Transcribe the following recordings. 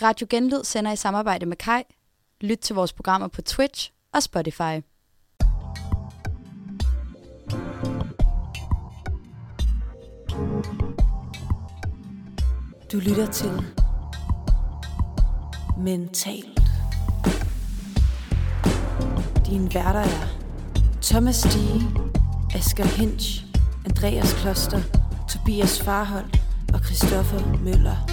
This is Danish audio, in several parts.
Radio Genlyd sender i samarbejde med Kai. Lyt til vores programmer på Twitch og Spotify. Du lytter til Mentalt. Dine værter er Thomas Stige, Asger Hinch, Andreas Kloster, Tobias Farholdt og Christoffer Møller.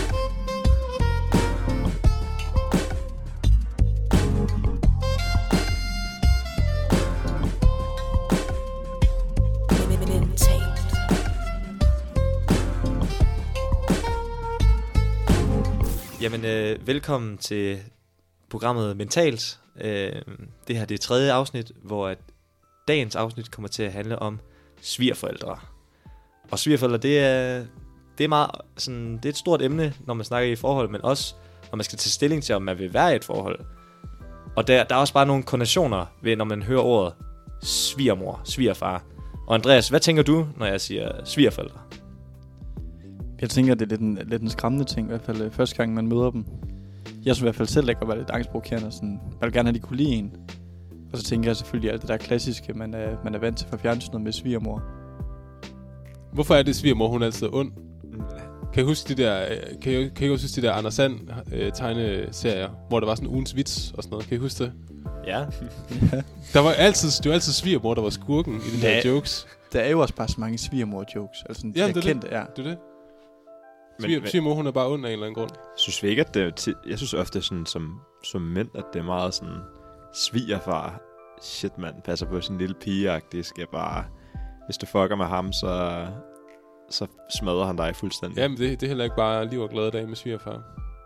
Jamen, velkommen til programmet Mentalt. Det her det er 3. afsnit, hvor dagens afsnit kommer til at handle om svigerforældre. Og svigerforældre, det er meget sådan, det er et stort emne, når man snakker i forhold, men også når man skal tage stilling til, om man vil være i et forhold. Og der er også bare nogle konnotationer ved, når man hører ordet svigermor, svigerfar. Og Andreas, hvad tænker du, når jeg siger svigerforældre? Jeg tænker, det er lidt en skræmmende ting, i hvert fald første gang, man møder dem. Jeg synes i hvert fald selv, det kan være lidt angstprovokerende, sådan, jeg vil gerne have, de kunne lide en. Og så tænker jeg selvfølgelig alt det der klassiske, man er vant til fra fjernsynet med svigermor. Hvorfor er det svigermor, hun er altid ond? Kan I huske de der, kan I huske de der Anders Sand tegneserier, hvor der var sådan ugens vits og sådan noget? Kan I huske det? Ja. Det var altid svigermor, der var skurken i de der jokes. Der er jo også bare så mange svigermor-jokes. Altså sådan, det er kendte, det. Det er det. Svigermor, hun er bare ond af en eller anden grund. Synes vi ikke, at det jeg synes ofte sådan, som mænd, at det er meget sådan svigerfar. Shit, mand, passer på sin lille pigeagtig. Skal bare, hvis du fucker med ham, så smadrer han dig fuldstændig. Jamen, det er heller ikke bare liv og glade dage med svigerfar.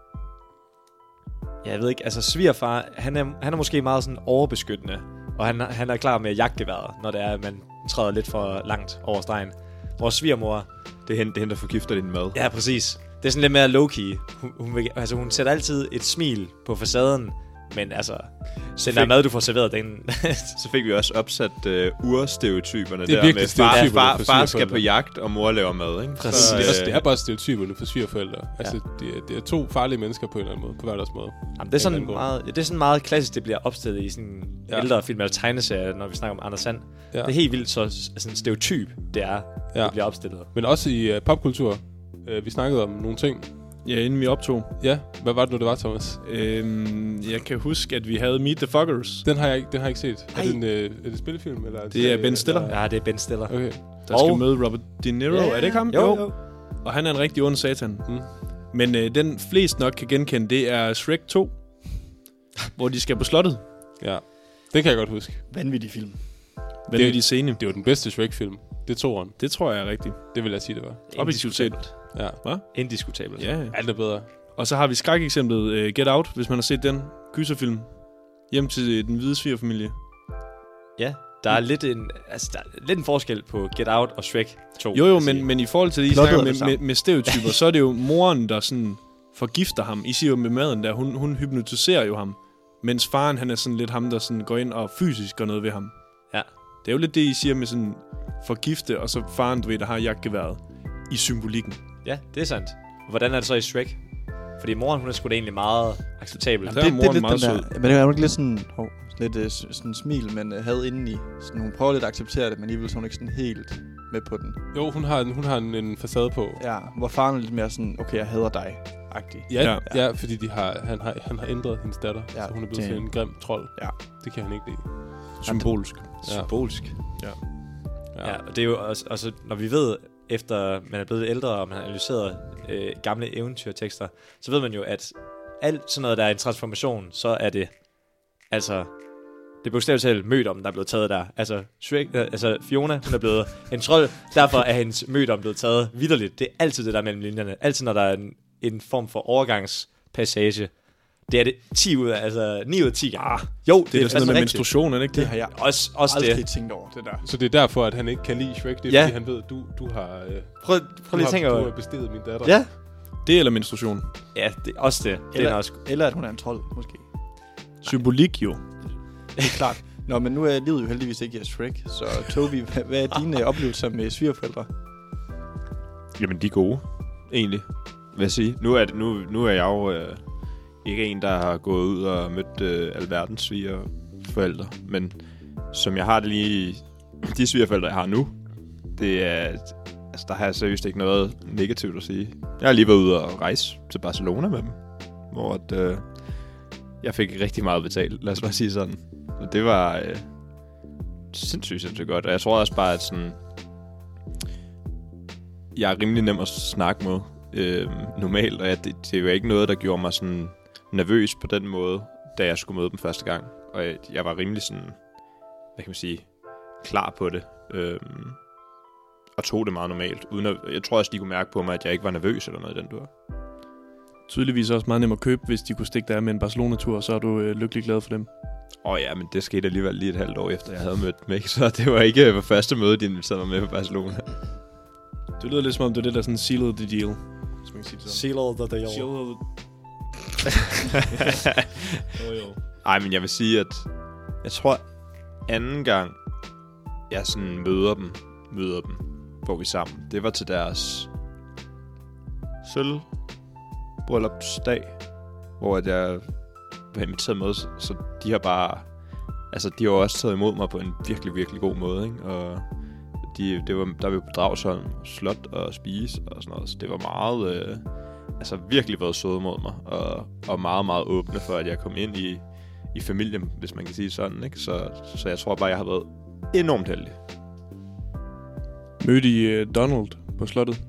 Ja, jeg ved ikke, altså svigerfar, han er måske meget sådan overbeskyttende, og han er klar med jagtgeværet, når det er, at man træder lidt for langt over stregen. Vores svigermor, det er hende, der forgifter din mad. Ja, præcis. Det er sådan lidt mere low-key. Hun sætter altid et smil på facaden, men altså, den der mad, du får serveret, den... Så fik vi også opsat urstereotyperne det er der med far skal på jagt, og mor laver mad, ikke? Præcis. Det er bare stereotyperne for svigerforældre. Ja. Altså, det er 2 farlige mennesker på en eller anden måde, på hver deres måde. Jamen, det er sådan meget klassisk, det bliver opstillet i sådan ældre film eller tegneserier, når vi snakker om Anders Sand. Ja. Det er helt vildt så sådan en stereotyp, det bliver opstillet. Men også i popkultur. Vi snakkede om nogle ting. Ja, inden vi optog. Ja, hvad var det nu, det var, Thomas? Jeg kan huske, at vi havde Meet the Fuckers. Den har jeg ikke set. Er det spillefilm? Eller det er Ben Stiller. Eller? Ja, det er Ben Stiller. Okay. Der skal møde Robert De Niro. Ja, er det ikke ham? Jo. Og han er en rigtig ond satan. Men den flest nok kan genkende, det er Shrek 2. Hvor de skal på slottet. Ja, det kan jeg godt huske. Vanvittig film. Vanvittig scene. Det var den bedste Shrek-film. Det er 2'eren. Det tror jeg er rigtigt. Det vil jeg sige, det var. Objektivt set. Ja. Hvad? Indiskutabelt. Ja. Alt er bedre. Og så har vi skrækeksemplet Get Out, hvis man har set den gyserfilm. Hjem til den hvide svigerfamilie. Ja, der er lidt en forskel på Get Out og Shrek 2. Jo, men i forhold til det, I snakker med stereotyper, så er det jo moren, der sådan forgifter ham. I siger jo med maden der, hun hypnotiserer jo ham. Mens faren, han er sådan lidt ham, der sådan går ind og fysisk gør noget ved ham. Ja. Det er jo lidt det, I siger med sådan forgifte, og så faren, du ved, der har jagtgeværet i symbolikken. Ja, det er sandt. Hvordan er det så i Shrek? Fordi moren, hun er sgu da egentlig meget acceptabel. Jamen, det er lidt meget sød. Men det er jo ikke lidt sådan, sådan smil, men havde indeni. Sådan, hun prøver lidt at acceptere det, men alligevel så hun ikke sådan helt med på den. Jo, hun har en facade på. Ja, hvor faren er lidt mere sådan, okay, jeg hader dig-agtig. Ja, fordi han har ændret hendes datter, så hun er blevet til en grim trold. Ja. Det kan han ikke lide. Symbolsk. Ja. Symbolsk. Ja. Ja, og det er jo også, når vi ved, efter man er blevet ældre, og man har analyseret gamle eventyrtekster, så ved man jo, at alt sådan noget, der er en transformation, så er det, altså, det er bogstaveligt talt mødom, der er blevet taget der. Altså, Fiona, hun er blevet en trold, derfor er hendes mødom blevet taget vitterligt. Det er altid det der mellem linjerne. Altid, når der er en form for overgangspassage. Det er det 9 ud af 10 gange. Jo, det er sådan noget med menstruation, er det ikke det? Det har jeg også aldrig tænkt over, det der. Så det er derfor, at han ikke kan lide Shrek. Det er fordi, han ved, du har... Prøv lige at tænke over. Du har besteget min datter. Ja. Det eller menstruation. Ja, det er også det. Eller at hun er en trold, måske. Symbolik jo. Det er klart. Nå, men nu er livet jo heldigvis ikke Shrek. Så Toby, hvad er dine oplevelser med svigerforældre? Jamen, de er gode, egentlig. Hvad jeg sige? Nu er jeg jo ikke en, der har gået ud og mødt alverdens svigerforældre, men som jeg har det lige... De svigerforældre, jeg har nu, det er... Altså, der har jeg seriøst ikke noget negativt at sige. Jeg har lige været ude og rejse til Barcelona med dem, hvor jeg fik rigtig meget betalt, lad os bare sige sådan. Og det var sindssygt godt, og jeg tror også bare, at sådan... Jeg er rimelig nem at snakke med normalt, og det er jo ikke noget, der gjorde mig sådan nervøs på den måde, da jeg skulle møde dem første gang. Og jeg var rimelig sådan, hvad kan man sige, klar på det. Og tog det meget normalt. Jeg tror også, de kunne mærke på mig, at jeg ikke var nervøs eller noget i den dur. Tydeligvis også meget nemt at købe, hvis de kunne stikke dig med en Barcelona-tur, så er du lykkelig glad for dem. Ja, men det skete alligevel lige et halvt år efter, jeg havde mødt dem, ikke? Så det var ikke på første møde, de inviterede mig med på Barcelona. Det lyder lidt som om, det er det, der sådan sealed the deal. Hvis man kan sige det sådan. Sealed the deal. Ej, men jeg vil sige, at jeg tror, anden gang, jeg sådan møder dem, hvor vi sammen, det var til deres sølvbryllupsdag, hvor jeg var inviteret med, så de har bare, altså de har også taget imod mig på en virkelig, virkelig god måde, ikke? Og der var vi på Dragsholm Slot og spise og sådan noget, så det var meget, virkelig været søde mod mig, og meget, meget åbne for, at jeg kom ind i familien, hvis man kan sige sådan, ikke? Så jeg tror bare, jeg har været enormt heldig. Mødte I Donald på slottet?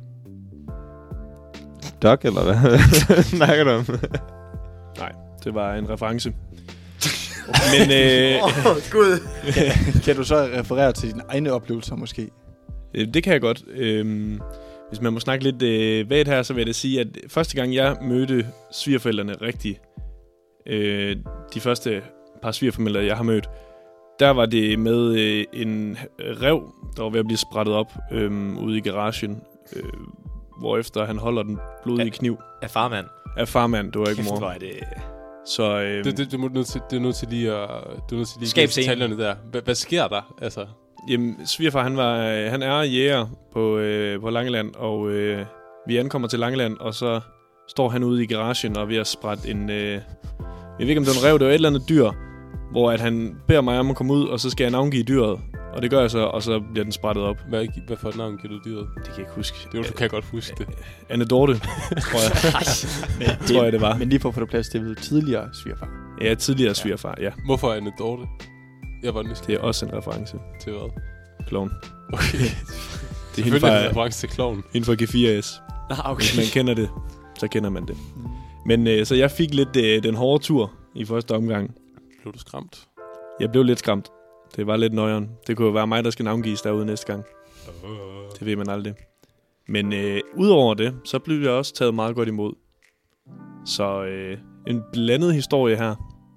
Duck, eller hvad snakker du om? Nej, det var en reference. Men Gud. Kan du så referere til dine egne oplevelser måske? Det kan jeg godt. Hvis man må snakke lidt vagt her, så vil jeg da sige, at første gang jeg mødte svigerforældrene rigtigt, de første par svigerfamilier, jeg har mødt, der var det med en ræv, der var ved at blive sprættet op ude i garagen, hvorefter han holder den blodige kniv. Af farmand. Af farmand, det var ikke mor. Det... Så det er nødt til lige at skabe detaljerne der. Hvad sker der? Altså? Jamen, svigerfar, han er jæger på Langeland, og vi ankommer til Langeland, og så står han ude i garagen og er ved at sprætte en... jeg ved ikke, om det er en ræv, det var et eller andet dyr, hvor at han beder mig om at komme ud, og så skal jeg navngive dyret. Og det gør jeg så, og så bliver den sprættet op. Hvad for et navn giver du dyret? Det kan jeg ikke huske. Du kan godt huske det. Anne Dorte, tror jeg. Tror jeg, det var. Men lige for at få det plads, det er tidligere svigerfar. Ja, tidligere svigerfar, ja. Hvorfor Anne Dorte? Jeg var nysgerrig. Det er også en reference. Til hvad? Klovn. Okay. Det er hende fra, en reference til klovn. Hende fra G4S. Okay. Hvis man kender det, så kender man det. Men så jeg fik lidt den hårde tur i første omgang. Blev du skræmt? Jeg blev lidt skræmt. Det var lidt nøjeren. Det kunne jo være mig, der skal navngives derude næste gang. Det ved man aldrig. Men udover det, så blev jeg også taget meget godt imod. Så en blandet historie her.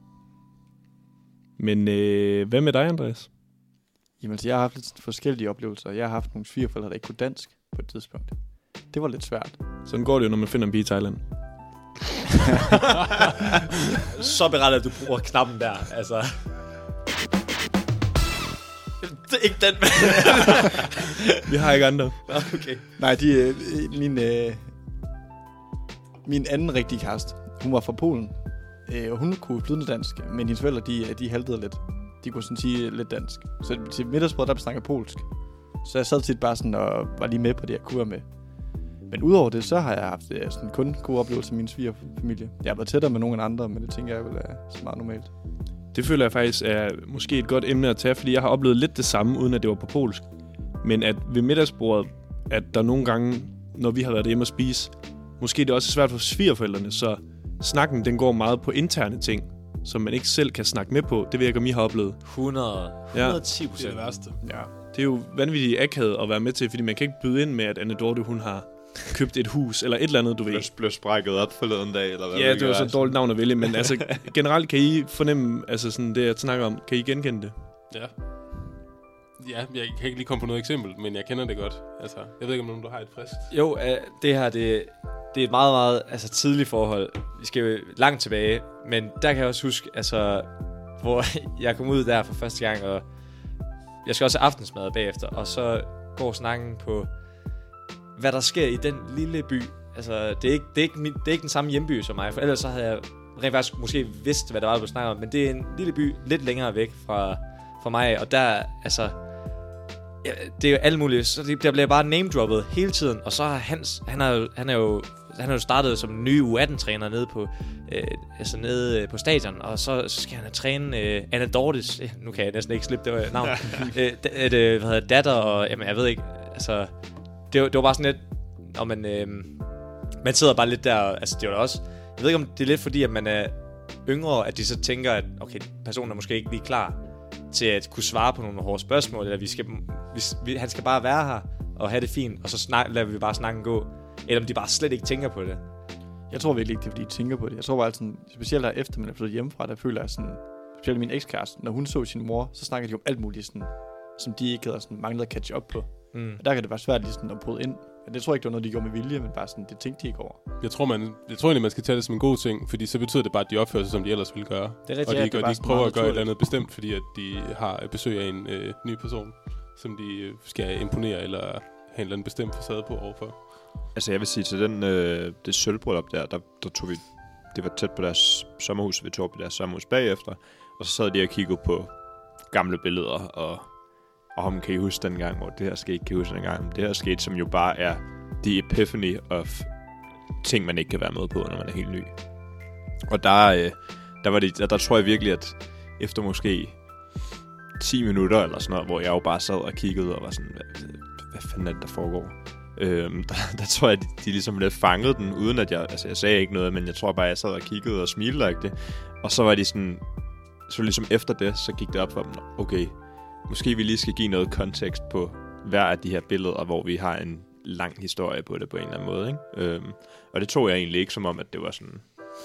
Men hvad med dig, Andreas? Jamen, jeg har haft lidt forskellige oplevelser. Jeg har haft nogle svigerforældre, der ikke kunne dansk på et tidspunkt. Det var lidt svært. Sådan går det jo, når man finder en pige i Thailand. Så berettet, at du bruger knappen der. Altså... Det er ikke den. Vi har ikke andre. Okay. Nej, min anden rigtige kæreste, hun var fra Polen. Og hun kunne flydende dansk, men hendes forældre, de haltede lidt. De kunne sådan sige lidt dansk. Så til middagsbrød, der snakker polsk. Så jeg sad tit bare sådan og var lige med på det, jeg kunne være med. Men udover det, så har jeg haft sådan kun gode oplevelser med min svigerfamilie. Jeg har været tættere med nogle andre, men det tænker jeg vel er så meget normalt. Det føler jeg faktisk er måske et godt emne at tage, fordi jeg har oplevet lidt det samme, uden at det var på polsk. Men at ved middagsbordet, at der nogle gange, når vi har været hjemme at spise, måske det er også svært for svigerforældrene, så snakken den går meget på interne ting, som man ikke selv kan snakke med på. Det ved jeg ikke, om I har oplevet. 110%. Det er det værste. Ja. Det er jo vanvittigt akavet at være med til, fordi man kan ikke byde ind med, at Anne Dorte, hun har købt et hus, eller et eller andet, du ved. Blev sprækket op forleden dag, eller hvad? Ja, det var så et dårligt navn at vælge, men altså generelt kan I fornemme, altså sådan det, jeg snakker om, kan I genkende det? Ja. Ja, jeg kan ikke lige komme på noget eksempel, men jeg kender det godt. Altså, jeg ved ikke, om du har et frisk. Jo, det her, det er et meget, meget tidligt forhold. Vi skal jo langt tilbage, men der kan jeg også huske, altså, hvor jeg kom ud der for første gang, og jeg skal også have aftensmad bagefter, og så går snakken på, hvad der sker i den lille by. Altså, det er ikke den samme hjemby som mig, for ellers så havde jeg rent faktisk måske vidste, hvad der var, du snakkede om. Men det er en lille by lidt længere væk fra mig, og der, altså... Ja, det er jo alt muligt, så der bliver bare name-droppet hele tiden, og så er han er jo startet som ny U18-træner nede på stadion, og så skal han træne Anna Dortes, nu kan jeg næsten ikke slippe det navn, datter, og jamen, jeg ved ikke, altså, det var bare sådan lidt, og man sidder bare lidt der, altså det var da også, jeg ved ikke om det er lidt fordi, at man er yngre, at de så tænker, at okay, personen er måske ikke lige klar til at kunne svare på nogle hårde spørgsmål, eller han skal bare være her og have det fint, og så lader vi bare snakken gå. Eller om de bare slet ikke tænker på det. Jeg tror virkelig ikke, det er fordi de tænker på det. Jeg tror bare sådan, specielt her efter man er flyttet hjemmefra, der føler jeg sådan, specielt min ekskæreste, når hun så sin mor, så snakker de om alt muligt sådan, som de ikke havde sådan manglet at catch up på. Og der kan det være svært lige sådan at bryde ind. Det tror jeg ikke, det var noget, de gjorde med vilje, men bare sådan, det tænkte de ikke over. Jeg tror egentlig, man skal tage det som en god ting, fordi så betyder det bare, at de opfører sig, som de ellers ville gøre. Det er rigtigt, og de ikke prøver at gøre et eller andet bestemt, fordi at de har besøg af en ny person, som de skal imponere eller have en eller anden bestemt facade på overfor. Altså jeg vil sige til det sølvbryllup der tog vi, det var tæt på deres sommerhus, vi tog på deres sommerhus bagefter, og så sad de og kiggede på gamle billeder, og ham kan I huske den gang, hvor det her skete, kan I huske den gang. Det her skete, som jo bare er the epiphany of ting, man ikke kan være med på, når man er helt ny. Og der tror jeg virkelig, at efter måske 10 minutter eller sådan noget, hvor jeg jo bare sad og kiggede og var sådan, hvad fanden er det, der foregår? Der tror jeg, at de ligesom lidt fangede den, uden at jeg sagde ikke noget, men jeg tror bare, at jeg sad og kiggede og smilede. Og så var de sådan, så ligesom efter det, så gik det op for dem, okay, måske vi lige skal give noget kontekst på hver af de her billeder, hvor vi har en lang historie på det på en eller anden måde, ikke? Og det tog jeg egentlig ikke som om, at det var sådan,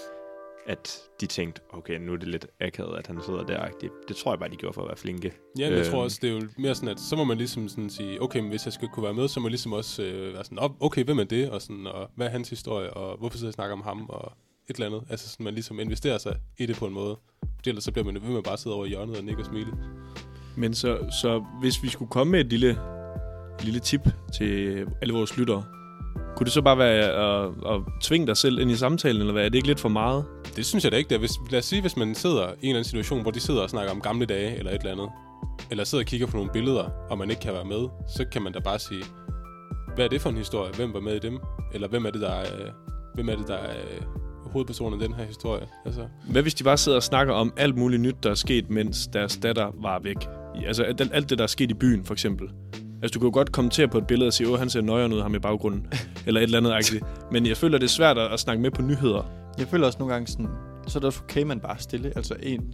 at de tænkte, okay, nu er det lidt akavet, at han sidder der. Det tror jeg bare, de gjorde for at være flinke. Ja, jeg tror også, det er jo mere sådan, at så må man ligesom sådan sige, okay, men hvis jeg skal kunne være med, så må jeg ligesom også være sådan, okay, hvem er det? Og, sådan, og hvad er hans historie? Og hvorfor sidder jeg snakke om ham? Og et eller andet. Altså sådan, man ligesom investerer sig i det på en måde. Ellers så bliver man ved med bare sidde over i hjørnet og nikke og smile. Men så hvis vi skulle komme med et lille tip til alle vores lyttere, kunne det så bare være at tvinge dig selv ind i samtalen, eller hvad? Er det ikke lidt for meget? Det synes jeg da ikke. Lad os sige, hvis man sidder i en eller anden situation, hvor de sidder og snakker om gamle dage, eller et eller andet, eller sidder og kigger på nogle billeder, og man ikke kan være med, så kan man da bare sige, hvad er det for en historie? Hvem var med i dem? Eller hvem er det, der er hovedpersonen i den her historie? Altså. Hvad hvis de bare sidder og snakker om alt muligt nyt, der er sket, mens deres datter var væk? Altså alt det, der er sket i byen, for eksempel. Altså, du kan jo godt kommentere på et billede og sige, han ser nøjere ud ham i baggrunden, eller et eller andet agtigt. Men jeg føler, det er svært at snakke med på nyheder. Jeg føler også nogle gange sådan, så er det også okay, man bare stille. Altså,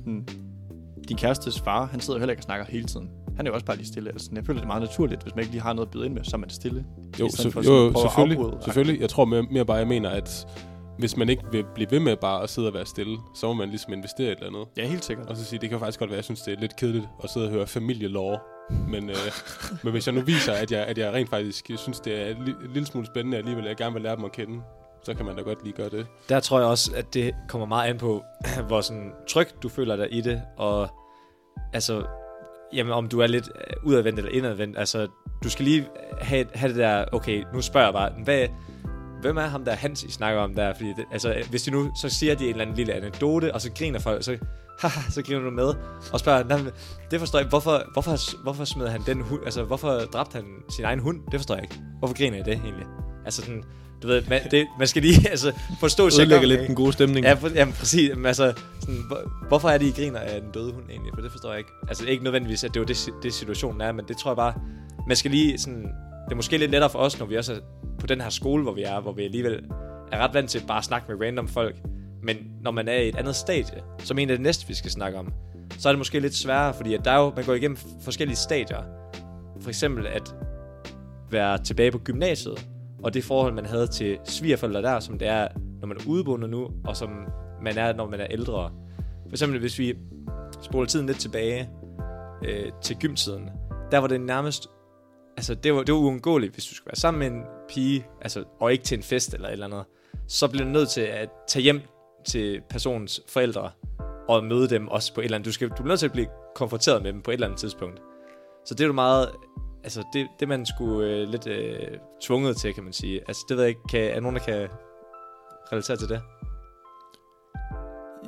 din kærestes far, han sidder jo heller ikke og snakker hele tiden. Han er jo også bare lige stille. Altså, jeg føler, det er meget naturligt, hvis man ikke lige har noget at byde ind med, så er man stille. Jo, selvfølgelig. Jeg tror mere bare, jeg mener, at hvis man ikke vil blive ved med bare at sidde og være stille, så må man ligesom investere et eller andet. Ja, helt sikkert. Og så sige, det kan faktisk godt være, jeg synes, det er lidt kedeligt at sidde og høre familielore. Men hvis jeg nu viser, at jeg rent faktisk synes, det er en lille smule spændende alligevel, jeg gerne vil lære dem at kende, så kan man da godt lige gøre det. Der tror jeg også, at det kommer meget an på, hvor sådan tryg du føler dig i det, og altså, jamen om du er lidt udadvendt eller indadvendt, altså du skal lige have det der, okay, nu spørger jeg bare, hvem er ham der Hans, I snakker om der? Fordi det, altså, hvis de nu, så siger de en eller anden lille anekdote, og så griner folk, så griner du med, og spørger, det forstår jeg, hvorfor smed han den hund, altså hvorfor dræbte han sin egen hund? Det forstår jeg ikke. Hvorfor griner jeg det egentlig? Altså sådan, du ved, man skal lige altså, forstå sig. Udlægger lidt den gode stemning. Ja, jamen præcis. Altså, sådan, hvorfor er det, I griner af den døde hund egentlig? For det forstår jeg ikke. Altså ikke nødvendigvis, at det var det situationen er, men det tror jeg bare, man skal lige sådan, det er måske lidt lettere for os, når vi også er på den her skole, hvor vi alligevel er ret vant til bare at snakke med random folk. Men når man er i et andet stadie, som en af det næste, vi skal snakke om, så er det måske lidt sværere, fordi at der er jo, man går igennem forskellige stadier. For eksempel at være tilbage på gymnasiet, og det forhold, man havde til svigerforældre der, som det er, når man er udeboende nu, og som man er, når man er ældre. For eksempel, hvis vi spoler tiden lidt tilbage til gymtiden, der var det nærmest, altså det var uundgåeligt, hvis du skulle være sammen med en pige, altså, og ikke til en fest eller et eller andet, så bliver du nødt til at tage hjem til personens forældre og møde dem også på et eller andet. Du er nødt til at blive konfronteret med dem på et eller andet tidspunkt. Så det er jo meget, altså det man skulle lidt tvunget til, kan man sige. Altså det ved jeg ikke, er nogen, der kan relatere til det?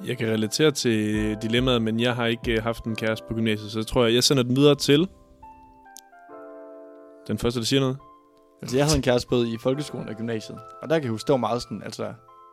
Jeg kan relatere til dilemmaet, men jeg har ikke haft en kæreste på gymnasiet, så jeg tror, jeg sender den videre til den første, der siger noget. Altså, jeg havde en kæreste både i folkeskolen og gymnasiet, og der kan jeg huske, det var meget sådan, altså...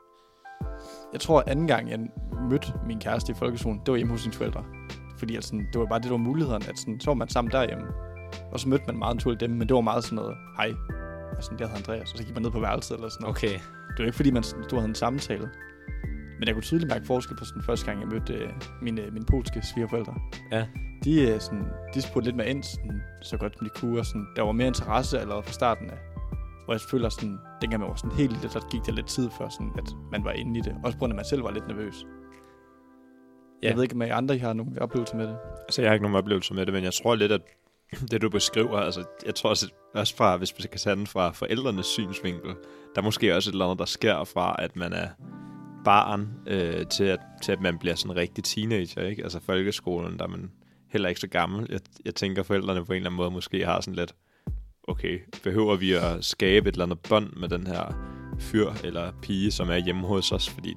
Jeg tror, anden gang, jeg mødte min kæreste i folkeskolen, det var hjemme hos sine forældre. Fordi altså, det var bare det, der var muligheden, at sådan, så var man sammen derhjemme. Og så mødte man meget naturligt dem, men det var meget sådan noget, hej. Og sådan, jeg hedder Andreas, og så gik man ned på værelset eller sådan noget. Okay. Det var ikke, fordi man stod og havde en samtale. Men jeg kunne tydeligt mærke forskel på sådan første gang, jeg mødte mine polske svigerforældre. Ja. De spurgte lidt mere ind, sådan, så godt som de kunne, og sådan, der var mere interesse allerede fra starten af. Hvor jeg føler sådan, dengang man var sådan helt lille, så gik der lidt tid før, sådan, at man var inde i det. Også på grund af, at man selv var lidt nervøs. Ja. Jeg ved ikke, om I andre har nogle oplevelser med det. Altså, jeg har ikke nogen oplevelser med det, men jeg tror lidt, at det, du beskriver, altså, jeg tror også fra, hvis vi kan tage den fra forældrenes synsvinkel, der er måske også et eller andet, der sker fra, at man er barn, til at man bliver sådan en rigtig teenager, ikke? Altså, folkeskolen, der er man heller ikke så gammel. Jeg tænker, forældrene på en eller anden måde måske har sådan lidt, okay, behøver vi at skabe et eller andet bånd med den her fyr eller pige, som er hjemme hos os, fordi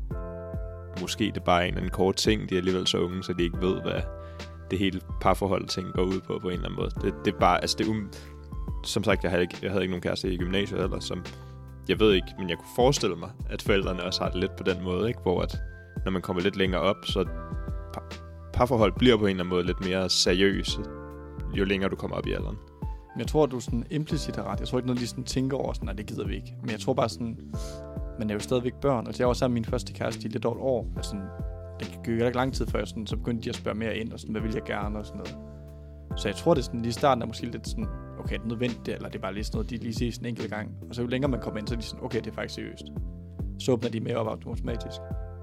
måske det er bare en eller anden kort ting, de er alligevel så unge, så de ikke ved, hvad det hele parforhold ting går ud på en eller anden måde. Det er bare, altså som sagt, jeg havde ikke nogen kæreste i gymnasiet eller som, jeg ved ikke, men jeg kunne forestille mig, at forældrene også har det lidt på den måde, ikke? Hvor at, når man kommer lidt længere op, så parforhold bliver på en eller anden måde lidt mere seriøse, jo længere du kommer op i alderen. Men jeg tror, at du sådan implicit har ret. Jeg tror ikke, noget lige sådan tænker over sådan, nej, det gider vi ikke. Men jeg tror bare sådan, man er jo stadigvæk børn. Altså, jeg var sammen med min første kæreste i lidt over et år. Altså, det gik jo ikke lang tid før, sådan, så begyndte de at spørge mere ind, og sådan, hvad vil jeg gerne, og sådan noget. Så jeg tror, det er sådan, lige i starten er måske lidt sådan, okay, det er nødvendigt, eller det er bare lige sådan noget, de lige siger sådan en enkelt gang. Og så jo længere man kommer ind, så er de sådan, okay, det er faktisk seriøst. Så åbner de mere op automatisk.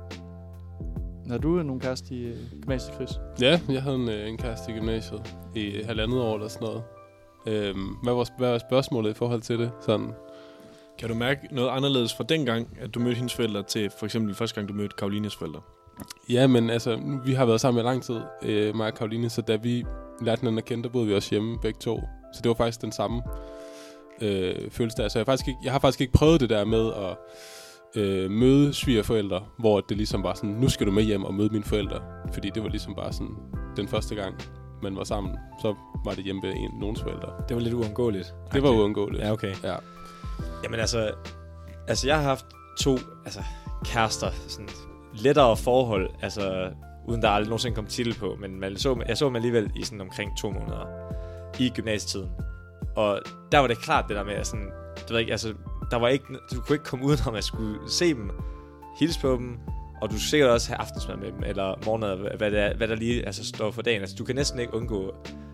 Har du nogen kæreste i gymnasiet, Chris? Ja, jeg havde en kæreste i gymnasiet i 1,5 år eller sådan noget. Hvad var spørgsmålet i forhold til det? Sådan. Kan du mærke noget anderledes fra dengang, at du mødte hendes forældre, til for eksempel første gang, du mødte Karolines forældre? Ja, men altså, vi har været sammen i lang tid, mig og Karoline, så da vi lærte hinanden at kende, der boede vi også hjemme begge to. Så det var faktisk den samme følelse der. Så jeg har faktisk ikke prøvet det der med at møde svigerforældre, hvor det ligesom var sådan, nu skal du med hjem og møde mine forældre. Fordi det var ligesom bare sådan, den første gang, man var sammen, så var det hjemme ved nogens forældre. Det var lidt uundgåeligt. Det var uundgåeligt. Ja, okay. Ja. Jamen altså jeg har haft 2 kærester, sådan lettere forhold, altså uden der aldrig nogensinde kom titel på, men jeg så dem alligevel i sådan omkring 2 måneder i gymnasietiden. Og der var det klart det der med, at sådan, du ved ikke, altså der var ikke, du kunne ikke komme udenom at skulle se dem, hilse på dem, og du skulle sikkert også have aftensmad med dem, eller morgenmad, hvad der lige altså, står for dagen. Altså, du kan næsten ikke undgå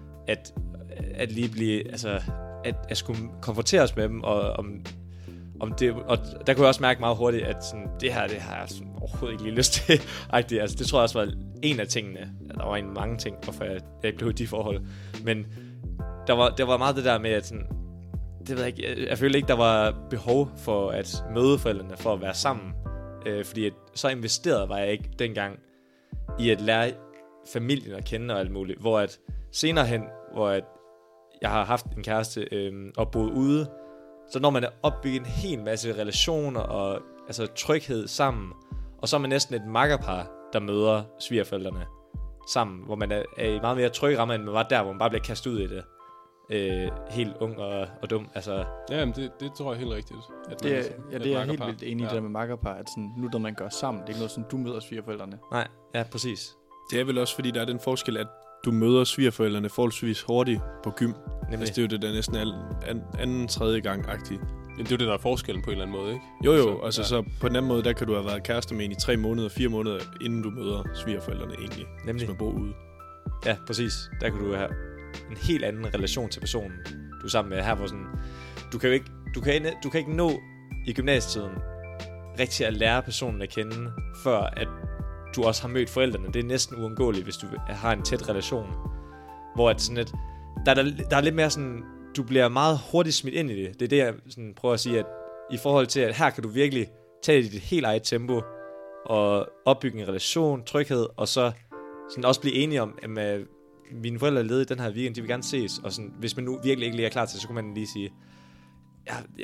at lige blive, altså, at skulle konfronteres med dem, og om det, og der kunne jeg også mærke meget hurtigt, at sådan, det har jeg sådan, overhovedet ikke lige lyst til. Altså, det tror jeg også var en af tingene. Der var en mange ting, hvorfor jeg ikke blev i de forhold. Men der var meget det der med, at sådan, det ved jeg ikke, jeg følte ikke, der var behov for at møde forældrene for at være sammen. Fordi så investeret var jeg ikke dengang i at lære familien at kende og alt muligt. Hvor at senere hen, hvor at jeg har haft en kæreste og boet ude, så når man er opbygget en hel masse relationer og altså tryghed sammen, og så er man næsten et makkerpar, der møder svigerforældrene sammen, hvor man er i meget mere trygge rammer, end man var der, hvor man bare bliver kastet ud i det. Helt ung og dum. Altså. Ja, men det tror jeg helt rigtigt. At det er jeg helt vildt enig i det der med makkerpar, at sådan, nu når man gør sammen, det er ikke noget sådan, du møder svigerforældrene. Nej, ja, præcis. Det er vel også, fordi der er den forskel, at du møder svigerforældrene forholdsvis hurtigt på gym. Nemlig. Altså, det er jo det der næsten anden, tredje gang-agtigt. Men det er jo det, der er forskellen på en eller anden måde, ikke? Jo, altså så på den anden måde, der kan du have været kærester med en i 3 måneder, 4 måneder, inden du møder svigerforældrene egentlig. Nemlig. Hvis man bor ude. Ja, præcis. Der kan du have en helt anden relation til personen, du er sammen med her, hvor sådan, du kan ikke nå i gymnasietiden rigtig at lære personen at kende, før at du også har mødt forældrene. Det er næsten uundgåeligt, hvis du har en tæt relation, hvor at sådan et, der er lidt mere sådan, du bliver meget hurtigt smidt ind i det. Det er det, jeg sådan prøver at sige, at i forhold til, at her kan du virkelig tage dit helt eget tempo og opbygge en relation, tryghed, og så sådan også blive enige om, at mine forældre er ledige den her weekend, de vil gerne ses, og sådan, hvis man nu virkelig ikke lige er klar til, så kunne man lige sige,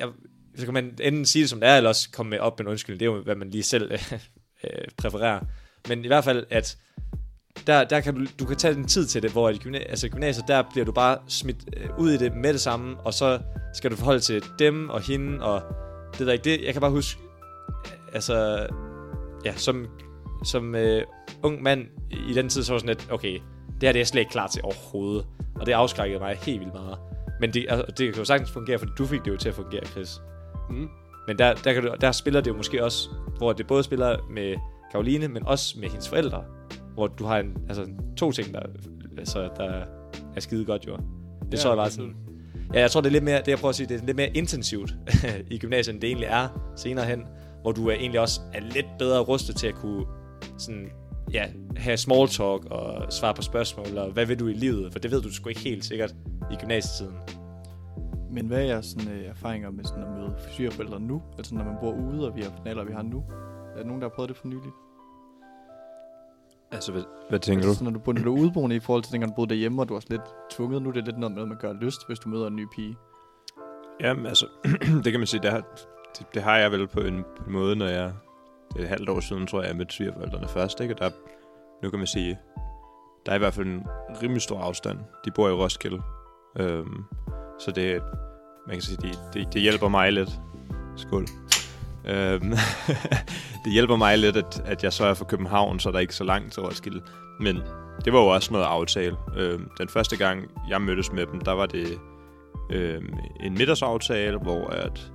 så kan man enten sige det som det er, eller også komme op med en undskyldning. Det er jo, hvad man lige selv præfererer. Men i hvert fald, at der kan du kan tage den tid til det, hvor i gymnasiet, der bliver du bare smidt ud i det med det samme, og så skal du forholde til dem og hende, og det der ikke det. Jeg kan bare huske, altså, ja, som ung mand i den tid, så var sådan lidt, okay, det her det er jeg slet ikke klar til overhovedet, og det afskrækkede mig helt vildt meget. Men det kan jo sagtens fungere, fordi du fik det jo til at fungere, Chris. Men der spiller det jo måske også, hvor det både spiller med Karoline, men også med hendes forældre, hvor du har to ting, der er skide godt, jo. Det tror jeg bare sådan. Ja, jeg tror, det er lidt mere, det jeg prøver at sige, det er lidt mere intensivt i gymnasiet, end det egentlig er senere hen, hvor du egentlig også er lidt bedre rustet til at kunne sådan, ja, have small talk og svare på spørgsmål, og hvad vil du i livet? For det ved du sgu ikke helt sikkert i gymnasietiden. Men hvad er jeres sådan, erfaringer med sådan at møde svigerforældre nu? Altså når man bor ude, og vi har finaler, vi har nu? Er der nogen, der har prøvet det for nylig? Altså, hvad tænker du? Altså, når du er udeboende i forhold til dengang du boede derhjemme, og du er lidt tvunget, nu er det lidt noget med, at man gør lyst, hvis du møder en ny pige. Jamen, altså, det kan man sige, det har jeg vel på en måde, når det er et halvt år siden, tror jeg mødte svigerforældrene først, ikke? Og nu kan man sige, der er i hvert fald en rimelig stor afstand. De bor i Roskilde. Så det, man kan sige, det hjælper mig lidt. Skål. Det hjælper mig lidt, at jeg så er fra København, så er der ikke så langt til Roskilde. Men det var jo også noget aftale. Den første gang, jeg mødtes med dem, der var det en middagsaftale, hvor at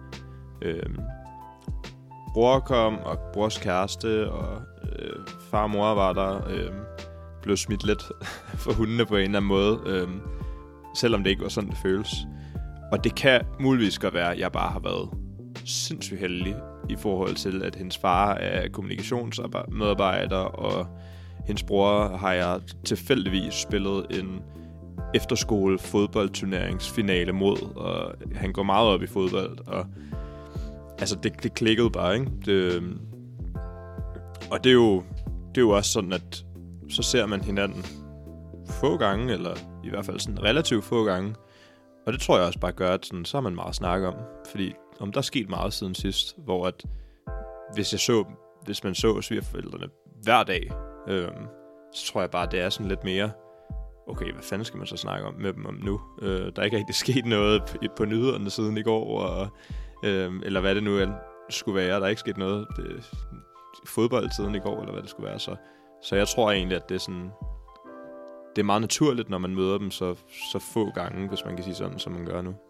bror kom, og brors kæreste, og far og mor var der, blev smidt lidt for hundene på en eller anden måde, selvom det ikke var sådan, det føles. Og det kan muligvis godt være, at jeg bare har været sindssygt heldig i forhold til, at hendes far er kommunikationsmedarbejder, og hendes bror har jeg tilfældigvis spillet en efterskole fodboldturneringsfinale mod, og han går meget op i fodbold, og altså det klikkede bare, ikke? Og det er jo også sådan, at så ser man hinanden få gange, eller i hvert fald sådan relativt få gange, og det tror jeg også bare gør, at sådan, så har man meget at snakke om, fordi der er sket meget siden sidst, hvor at hvis man så svigerforældrene hver dag, så tror jeg bare, det er sådan lidt mere, okay, hvad fanden skal man så snakke om med dem om nu? Der er ikke rigtig sket noget på nyhederne siden i går, og, eller hvad det nu skulle være. Der er ikke sket noget fodboldtiden i går, eller hvad det skulle være. Så jeg tror egentlig, at det er sådan, det er meget naturligt, når man møder dem så få gange, hvis man kan sige sådan, som man gør nu.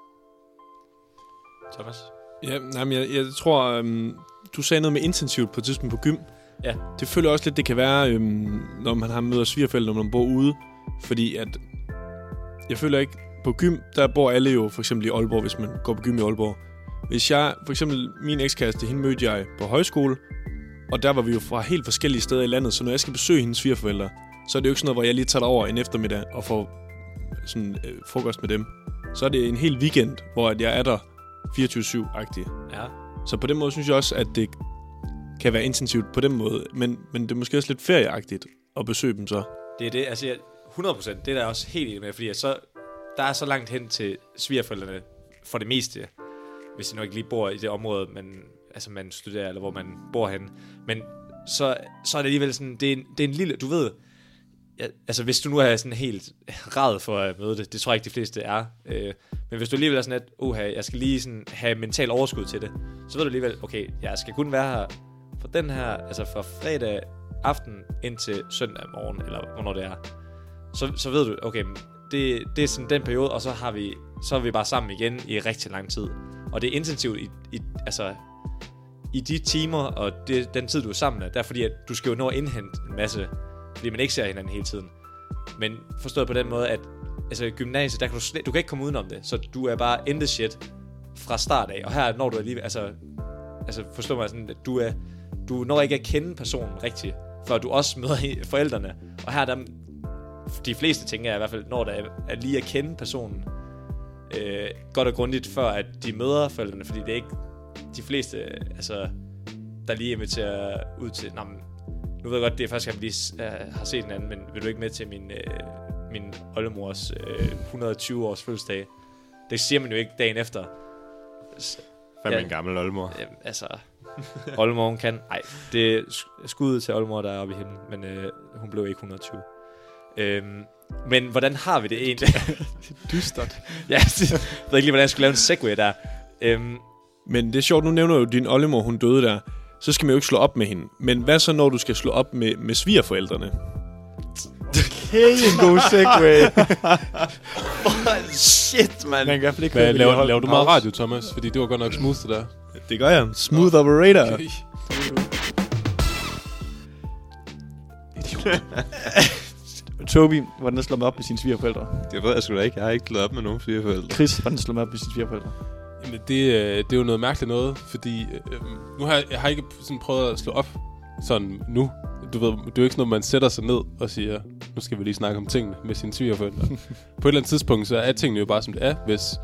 Thomas? Ja, jeg tror, du sagde noget med intensivt på et tidspunkt på gym. Ja. Det føler også lidt, det kan være, når man har møder svigerforældre, når man bor ude. Fordi at, jeg føler ikke, på gym, der bor alle jo for eksempel i Aalborg, hvis man går på gym i Aalborg. Hvis jeg, for eksempel min ekskæreste, hende mødte jeg på højskole, og der var vi jo fra helt forskellige steder i landet, så når jeg skal besøge hendes svigerforældre, så er det jo ikke sådan noget, hvor jeg lige tager derover en eftermiddag og får sådan frokost med dem. Så er det en hel weekend, hvor jeg er der 24/7-agtig. Ja. Så på den måde synes jeg også, at det kan være intensivt på den måde, men det er måske også lidt ferieagtigt at besøge dem så. Det er det, altså 100%, det er der også helt enig med, fordi så, der er så langt hen til svigerforældrene for det meste, hvis de nok ikke lige bor i det område, man studerer, eller hvor man bor henne. Men så er det alligevel sådan, det er en lille, du ved, ja, altså hvis du nu er sådan helt ræd for at møde det tror jeg ikke de fleste er, men hvis du alligevel er sådan at, jeg skal lige sådan have mental overskud til det, så ved du alligevel, okay, jeg skal kun være her for den her, altså fra fredag aften indtil søndag morgen, eller hvornår det er, så ved du, okay, det er sådan den periode, og så er vi bare sammen igen i rigtig lang tid, og det er intensivt i de timer, og den tid du er sammen med, der er fordi, at du skal jo nå at indhente en masse, fordi man ikke ser hinanden hele tiden. Men forstået på den måde, at altså gymnasiet, der kan du kan ikke komme udenom det, så du er bare in the shit fra start af, og her når du alligevel, altså forstår mig sådan, at du når ikke at kende personen rigtigt, før du også møder forældrene, og her der de fleste tænker jeg i hvert fald, når der er lige at kende personen godt og grundigt, før at de møder forældrene, fordi det er ikke de fleste, altså der lige inviterer ud til, nu ved jeg godt, det er første gang, vi lige har set hinanden, men vil du ikke med til min oldemors 120-års fødselsdag? Det siger man jo ikke dagen efter. Fandme en gammel oldemor. Altså, Oldemor, hun kan. Nej, det er skuddet til Oldemor, der er oppe i himlen, men hun blev ikke 120. Men hvordan har vi det egentlig? Dystert. Ja, jeg ved ikke lige, hvordan jeg skulle lave en segway der. Men det er sjovt, nu nævner jo din oldemor, hun døde der. Så skal man jo ikke slå op med hende. Men hvad så, når du skal slå op med svigerforældrene? Okay, en god segway. Shit, man. Man kan i hvert fald ikke laver du meget radio, Thomas? Fordi det var godt nok smooth, det der. Det gør jeg. Smooth operator. Okay. Toby, hvordan slår man op med sine svigerforældre? Det ved jeg sgu da ikke. Jeg har ikke slået op med nogen svigerforældre. Chris, hvordan slår man op med sine svigerforældre? Jamen, det er jo noget mærkeligt noget, fordi nu har jeg ikke sådan prøvet at slå op sådan nu. Du ved, det er jo ikke sådan noget, man sætter sig ned og siger, nu skal vi lige snakke om tingene med sine svigerforældre. På et eller andet tidspunkt, så er tingene jo bare som det er, hvis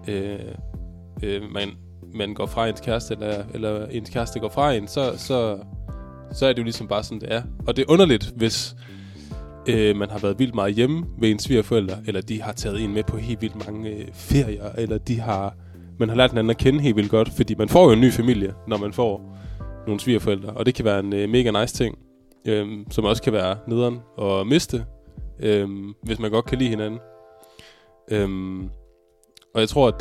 man går fra ens kæreste, eller ens kæreste går fra en, så er det jo ligesom bare sådan, det er. Og det er underligt, hvis man har været vildt meget hjemme ved ens svigerforældre, eller de har taget en med på helt vildt mange ferier, eller man har lært hinanden at kende helt vildt godt, fordi man får jo en ny familie, når man får nogle svigerforældre, og det kan være en mega nice ting, som også kan være nederen og miste, hvis man godt kan lide hinanden. Og jeg tror, at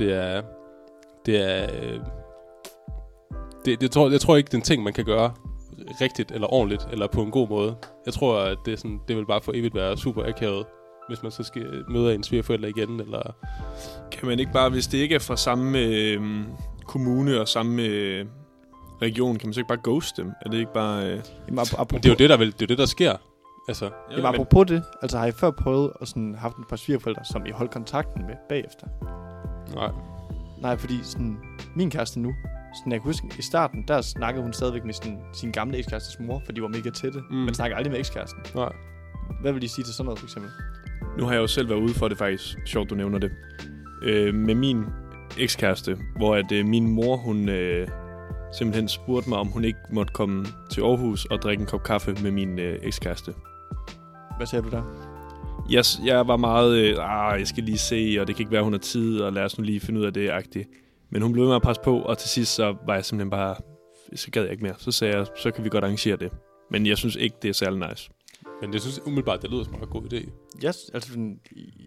jeg tror ikke, det er en ting, man kan gøre rigtigt eller ordentligt, eller på en god måde. Jeg tror, at det vil bare for evigt være super akavet, hvis man så skal møde en svigerforældre igen, eller... Kan man ikke bare, hvis det ikke er fra samme kommune og samme region, kan man så ikke bare ghost dem? Er det ikke bare... Men det er jo det, der sker. Altså, ja, apropos det, altså har I før prøvet at sådan haft et par svigerforældre, som I holdt kontakten med bagefter? Nej, fordi sådan, min kæreste nu, sådan, jeg kan huske, i starten, der snakkede hun stadigvæk med sin gamle ekskærestes mor, for de var mega tætte, men snakkede aldrig med ekskæresten. Nej. Hvad vil I sige til sådan noget, for eksempel? Nu har jeg jo selv været ude for det faktisk. Sjovt, du nævner det. Med min ekskæreste, hvor at min mor, hun simpelthen spurgte mig, om hun ikke måtte komme til Aarhus og drikke en kop kaffe med min ekskæreste. Hvad sagde du der? Jeg var meget, jeg skal lige se, og det kan ikke være, hun har tid, og lad os nu lige finde ud af det-agtigt. Men hun blev ved med at passe på, og til sidst så var jeg simpelthen bare, så gad jeg ikke mere. Så sagde jeg, så kan vi godt arrangere det. Men jeg synes ikke, det er særlig nice. Men jeg synes umiddelbart, det lyder som en god idé. Yes, altså sådan...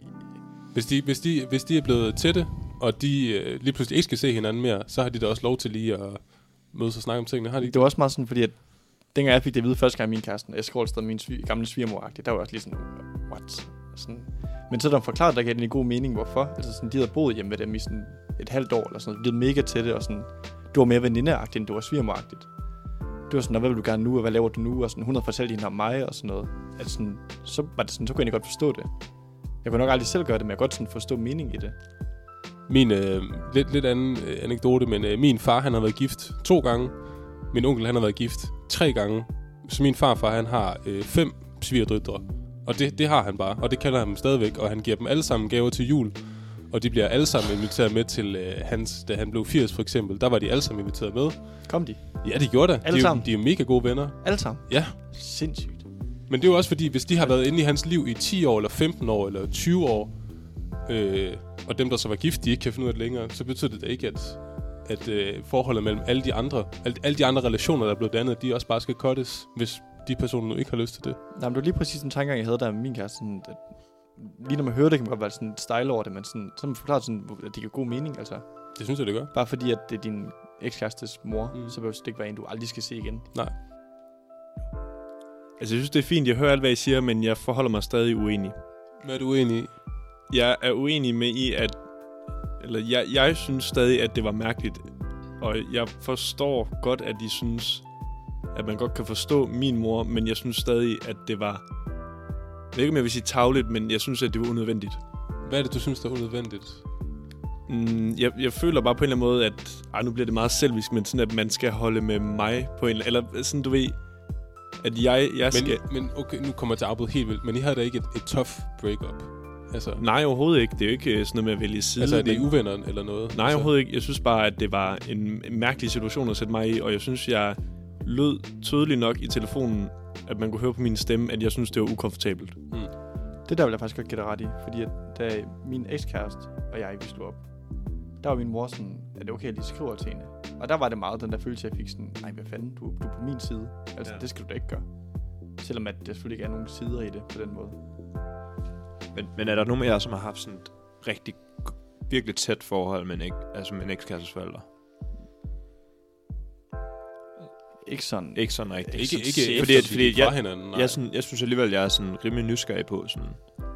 Hvis de er blevet tætte, og de lige pludselig ikke skal se hinanden mere, så har de da også lov til lige at mødes og snakke om tingene, har de ikke? Det var også meget sådan, fordi at dengang jeg fik det at vide første gang af min kæreste, jeg skrålede stadig min gamle svigermor-agtigt, der var også lige sådan, what? Sådan. Men så er der forklaret, der gav den en god mening, hvorfor. Altså sådan, de havde boet hjemme med dem i sådan et halvt år, eller sådan, de blev mega tætte, og sådan, du var mere veninde-agtigt, end du var svigermor-agtigt. Det var sådan, hvad vil du gerne nu, og hvad laver du nu? Og sådan, hun havde fortalt hende om mig, og sådan noget. Altså sådan, så var det sådan, så kunne jeg godt forstå det. Jeg kunne nok aldrig selv gøre det, men jeg kunne godt sådan forstå mening i det. Min, lidt anden anekdote, men min far, han har været gift 2 gange. Min onkel, han har været gift 3 gange. Så min farfar, han har 5 svigerdøtre. Og det har han bare, og det kalder han dem stadigvæk. Og han giver dem alle sammen gaver til jul. Og de bliver alle sammen inviteret med til da han blev 80 for eksempel. Der var de alle sammen inviteret med. Kom de? Ja, de gjorde det. Alle sammen? De er mega gode venner. Alle sammen? Ja. Sindssygt. Men det er jo også fordi, hvis de har været inde i hans liv i 10 år, eller 15 år, eller 20 år, og dem, der så var gift, de ikke kan finde ud af det længere, så betyder det da ikke, at forholdet mellem alle de andre relationer, der er blevet dannet, de også bare skal cuttes, hvis de personer nu ikke har lyst til det. Nej, men det var lige præcis en tankegang, jeg havde der med min kæreste. Sådan, at lige når man hører det, kan man godt være sådan style over det, men sådan, så man forklaret sådan, at det giver god mening, altså. Det synes jeg, det gør. Bare fordi, at det er din ekskærestes mor, så behøver det ikke være en, du aldrig skal se igen. Nej. Altså, jeg synes, det er fint, jeg hører alt, hvad I siger, men jeg forholder mig stadig uenig. Hvad er du uenig i? Jeg er uenig med i, at... Eller jeg synes stadig, at det var mærkeligt. Og jeg forstår godt, at de synes, at man godt kan forstå min mor, men jeg synes stadig, at det var... Jeg ved ikke, om jeg vil sige tarveligt, men jeg synes, at det var unødvendigt. Hvad er det, du synes, der er unødvendigt? Jeg føler bare på en eller anden måde, at... nu bliver det meget selvisk, men sådan, at man skal holde med mig på en... Eller sådan, du ved... At jeg skal... Men okay, nu kommer jeg til at afbryde helt vildt, men I havde da ikke et tough breakup? Altså, nej, overhovedet ikke. Det er jo ikke sådan noget med at vælge side. Altså, er det uvenner eller noget? Nej, overhovedet ikke. Jeg synes bare, at det var en mærkelig situation at sætte mig i, og jeg synes, jeg lød tydeligt nok i telefonen, at man kunne høre på min stemme, at jeg synes, det var ukomfortabelt. Det der vil jeg faktisk godt give dig ret i, fordi at da min ekskæreste og jeg, vi slog op, der var min mor sådan, er det okay, at de skriver til hende? Og der var det meget den der følelse, jeg fik sådan, nej, hvad fanden, du er på min side. Altså, det skal du da ikke gøre. Selvom at der selvfølgelig ikke er nogen sider i det på den måde. Men er der nogen af jer, som har haft sådan et rigtig, virkelig tæt forhold med en ekskærestes forældre? Ikke sådan rigtigt. Ikke fordi jeg synes alligevel, jeg er sådan rimelig nysgerrig på sådan,